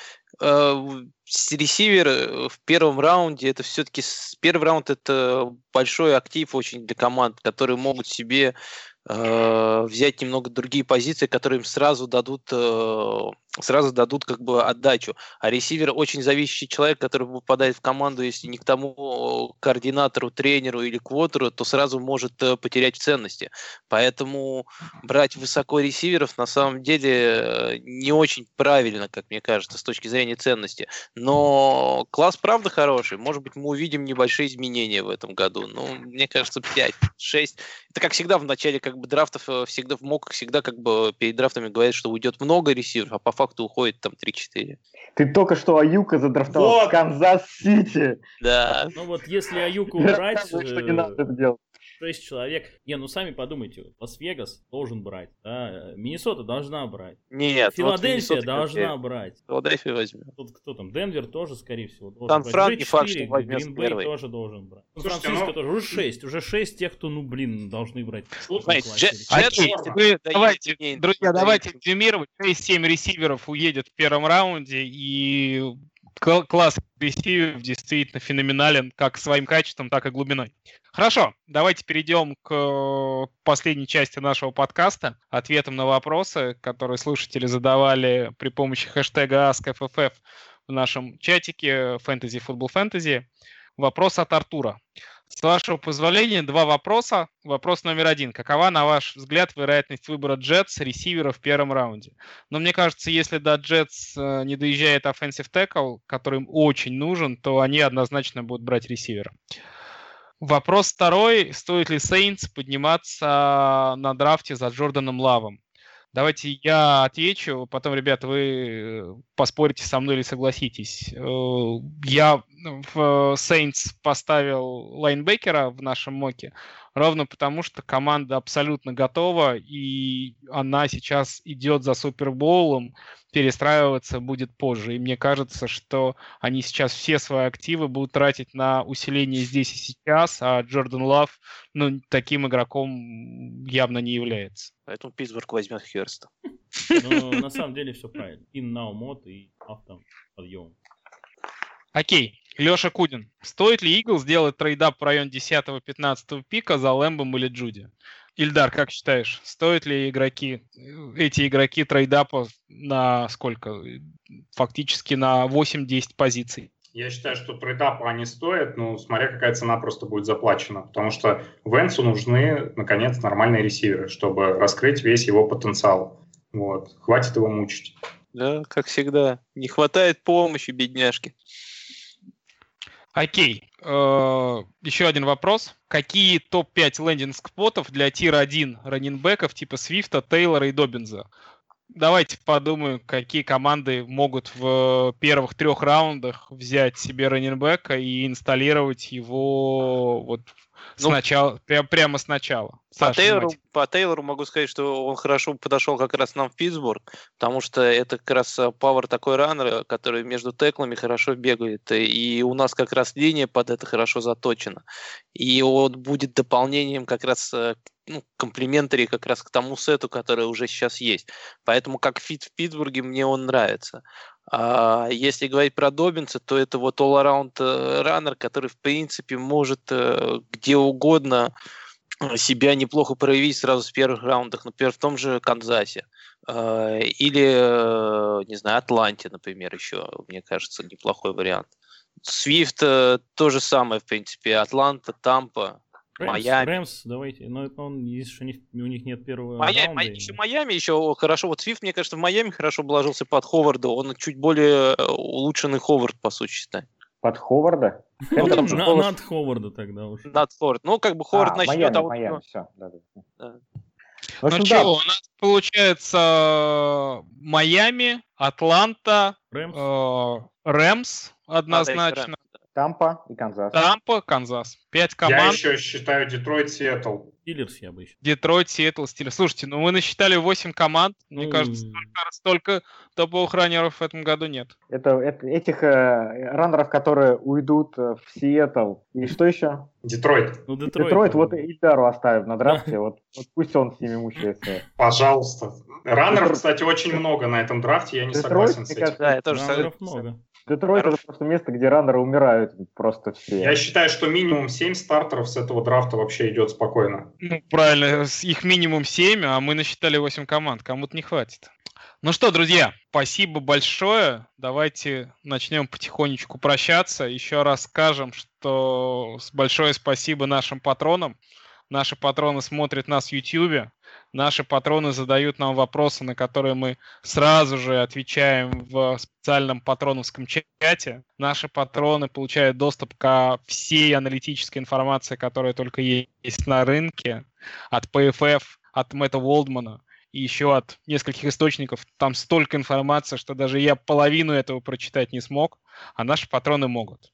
ресивер в первом раунде, это все-таки первый раунд это большой актив очень для команд, которые могут себе взять немного другие позиции, которые им сразу дадут как бы отдачу. А ресивер очень зависящий человек, который попадает в команду, если не к тому координатору, тренеру или квотеру, то сразу может потерять в ценности. Поэтому брать высоко ресиверов на самом деле не очень правильно, как мне кажется, с точки зрения ценности. Но класс правда хороший. Может быть, мы увидим небольшие изменения в этом году. Ну, мне кажется, 5-6. Это как всегда в начале как бы драфтов, всегда в моках, всегда как бы перед драфтами говорят, что уйдет много ресиверов, а по факту уходит там 3-4. Ты только что Аюка задрафтовал в Канзас-Сити. Да. Ну вот если Аюка убрать... Что не надо это делать. 6 человек. Сами подумайте, Лас-Вегас должен брать, да? Миннесота должна брать. Нет. Филадельфия должна брать. Филадельфия возьмет. Тут кто там? Денвер тоже, скорее всего, должен брать. Сан-Фран не факт, что возьмет Грин-Бей первый. тоже должен брать. Сан-Франциско тоже. Уже 6 тех, кто, должны брать. Давайте, друзья, давайте резюмировать. 6-7 ресиверов уедет в первом раунде, и класс ресиверов действительно феноменален как своим качеством, так и глубиной. Хорошо, давайте перейдем к последней части нашего подкаста, ответам на вопросы, которые слушатели задавали при помощи хэштега AskFFF в нашем чатике Fantasy Football Fantasy. Вопрос от Артура. С вашего позволения, 2 вопроса. Вопрос номер 1. Какова, на ваш взгляд, вероятность выбора Jets ресивера в первом раунде? Но мне кажется, если до Jets не доезжает offensive tackle, который им очень нужен, то они однозначно будут брать ресивера. Вопрос 2. Стоит ли Saints подниматься на драфте за Джорданом Лавом? Давайте я отвечу, потом, ребята, вы поспорите со мной или согласитесь. Я в Saints поставил лайнбекера в нашем моке. ровно потому, что команда абсолютно готова, и она сейчас идет за Супербоулом, перестраиваться будет позже. И мне кажется, что они сейчас все свои активы будут тратить на усиление здесь и сейчас, а Джордан Лав, таким игроком явно не является. Поэтому Питтсбург возьмет Хёрста. Ну, на самом деле все правильно. И Наумот, и автом подъем. Окей. Леша Кудин. Стоит ли Eagles сделать трейдап в район 10-15 пика за Лэмбом или Джуди? Ильдар, как считаешь, стоит ли эти игроки трейдапа на сколько? Фактически на 8-10 позиций? Я считаю, что трейдапа они стоят, смотря какая цена просто будет заплачена. Потому что Венсу нужны, наконец, нормальные ресиверы, чтобы раскрыть весь его потенциал. Вот. Хватит его мучить. Да, как всегда. Не хватает помощи, бедняжки. Окей. Еще один вопрос. Какие топ-5 лендинг-спотов для тир-1 раннинбеков типа Свифта, Тейлора и Доббинза? Давайте подумаем, какие команды могут в первых 3 раундах взять себе раннинбека и инсталлировать его сначала, прямо сначала. По Тейлору могу сказать, что он хорошо подошел как раз нам в Питтсбург, потому что это как раз пауэр такой раннер, который между теклами хорошо бегает, и у нас как раз линия под это хорошо заточена. И он будет дополнением как раз комплиментари как раз к тому сету, который уже сейчас есть. Поэтому как фит в Питтсбурге мне он нравится. А если говорить про Доббинса, то это вот all-around раннер, который в принципе может где угодно себя неплохо проявить сразу в первых раундах, например, в том же Канзасе. Или, не знаю, Атланте, например, еще, мне кажется, неплохой вариант. Свифт то же самое, в принципе. Атланта, Тампа, Майами. Рэмс, давайте. Но это он, если у них нет первого раунда. Еще Майами еще хорошо. Вот Свифт, мне кажется, в Майами хорошо обложился под Ховарда. Он чуть более улучшенный Ховард, по сути, считает. Под Ховарда? Над Ховарда тогда уже. Над Ховард. Ховард начнет. Майами, все. Да. У нас получается Майами, Атланта, Рэмс однозначно. Тампа и Канзас. 5 команд. Я еще считаю Детройт, Сиэтл. Стиллерс я бы еще. Детройт, Сиэтл, Стиллерс. Слушайте, мы насчитали 8 команд. Мне кажется, столько топовых раннеров в этом году нет. Это этих раннеров, которые уйдут в Сиэтл. И что еще? Детройт. Детройт вот Ильдару оставим на драфте. Вот пусть он с ними мучается. Пожалуйста. Раннеров, кстати, очень много на этом драфте. Я не согласен с этим. Да, я тоже Раннеров много. Детройт — это просто место, где раннеры умирают просто все. Я считаю, что минимум 7 стартеров с этого драфта вообще идет спокойно. Правильно, их минимум 7, а мы насчитали 8 команд. Кому-то не хватит. Ну что, друзья, спасибо большое. Давайте начнем потихонечку прощаться. Еще раз скажем, что большое спасибо нашим патронам. Наши патроны смотрят нас в YouTube. Наши патроны задают нам вопросы, на которые мы сразу же отвечаем в специальном патроновском чате. Наши патроны получают доступ ко всей аналитической информации, которая только есть на рынке. От PFF, от Мэтта Уолдмана и еще от нескольких источников. Там столько информации, что даже я половину этого прочитать не смог, а наши патроны могут.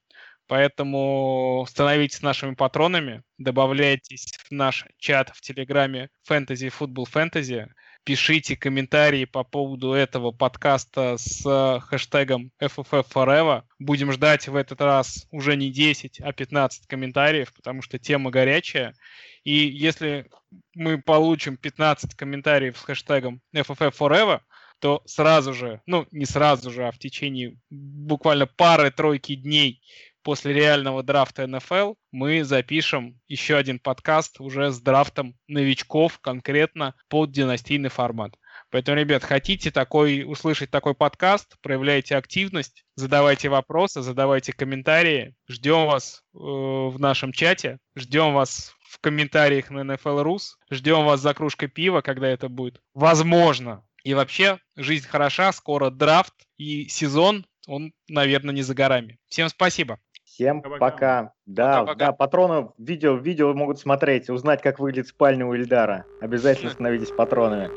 Поэтому становитесь нашими патронами, добавляйтесь в наш чат в Телеграме Fantasy Football Fantasy, пишите комментарии по поводу этого подкаста с хэштегом FFFforever. Будем ждать в этот раз уже не 10, а 15 комментариев, потому что тема горячая. И если мы получим 15 комментариев с хэштегом FFFforever, то сразу же, не сразу же, а в течение буквально пары-тройки дней после реального драфта НФЛ мы запишем еще один подкаст уже с драфтом новичков конкретно под династийный формат. Поэтому, ребят, хотите услышать такой подкаст, проявляйте активность, задавайте вопросы, задавайте комментарии. Ждем вас в нашем чате, ждем вас в комментариях на NFL Rus, ждем вас за кружкой пива, когда это будет возможно. И вообще, жизнь хороша, скоро драфт и сезон, он, наверное, не за горами. Всем спасибо. Всем пока. Да, патронов видео могут смотреть, узнать, как выглядит спальня у Ильдара. Обязательно становитесь патронами.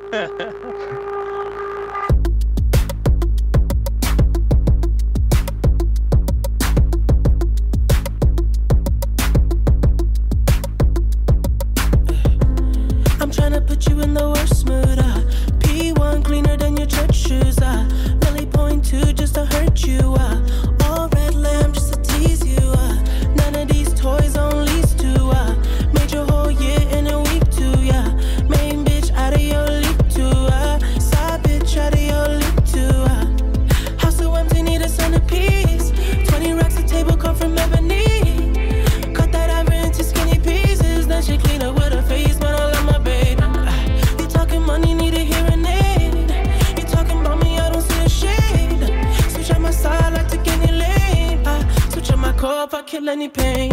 kill any pain.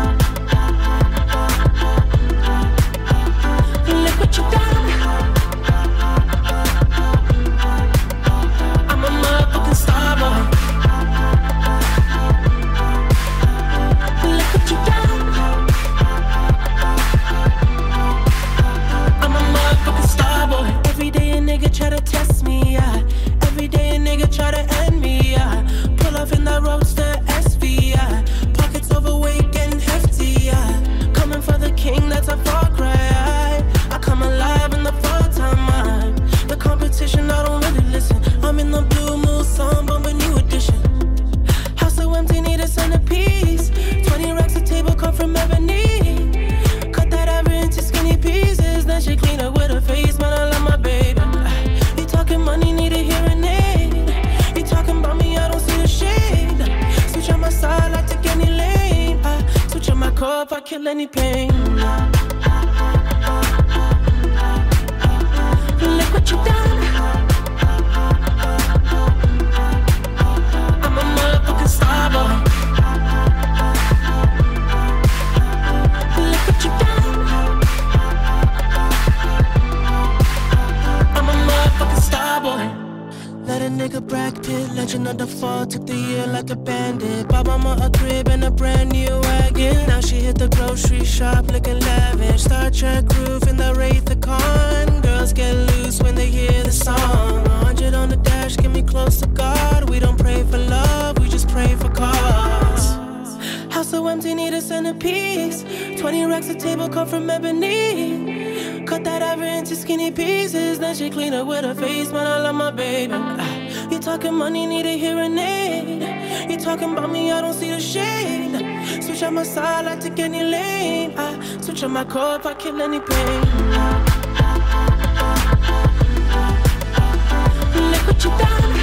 Look what you done. I'm a motherfucking star boy. Look what you done. I'm a motherfucking star boy. Every day a nigga try to test me, yeah. Every day a nigga try to end me, yeah. Pull off in that roadster SV, yeah. Pockets overweight, getting hefty, yeah. Coming for the king, that's a far cry. I come alive in the full time mind. The competition, I don't really listen. I'm in the blue moon, song, but a new edition. House so empty, need a centerpiece. 20 racks of table come from ebony. Cut that ever into skinny pieces. Then she clean up with her face, man, I love my baby. You talking money, need a hearing aid. You talking about me, I don't see the shade. Switch on my side, I take any lane. I switch on my cup, I kill any pain. Look what you done. I'm a motherfucking star boy. Look what you done. I'm a motherfucking star boy. Let a nigga Brad Pitt, legend of the fall, took the year like a bandit. Bought mama a crib and a brand new wagon. Now she hit the grocery shop looking lavish. Star Trek roof in the Wraith the Con. Girls get loose when they hear the song. 100 on the dash, get me close to God. We don't pray for love, we just pray for cause. House so empty, need a centerpiece. 20 racks of table come from ebony. Cut that ever into skinny pieces. Then she clean up with her face, man, I love my baby. You talking money, need a hearing aid. You talking about me, I don't see the shade. Switch on my side, I take any lane. I switch on my cup, I kill any pain. Look what you done.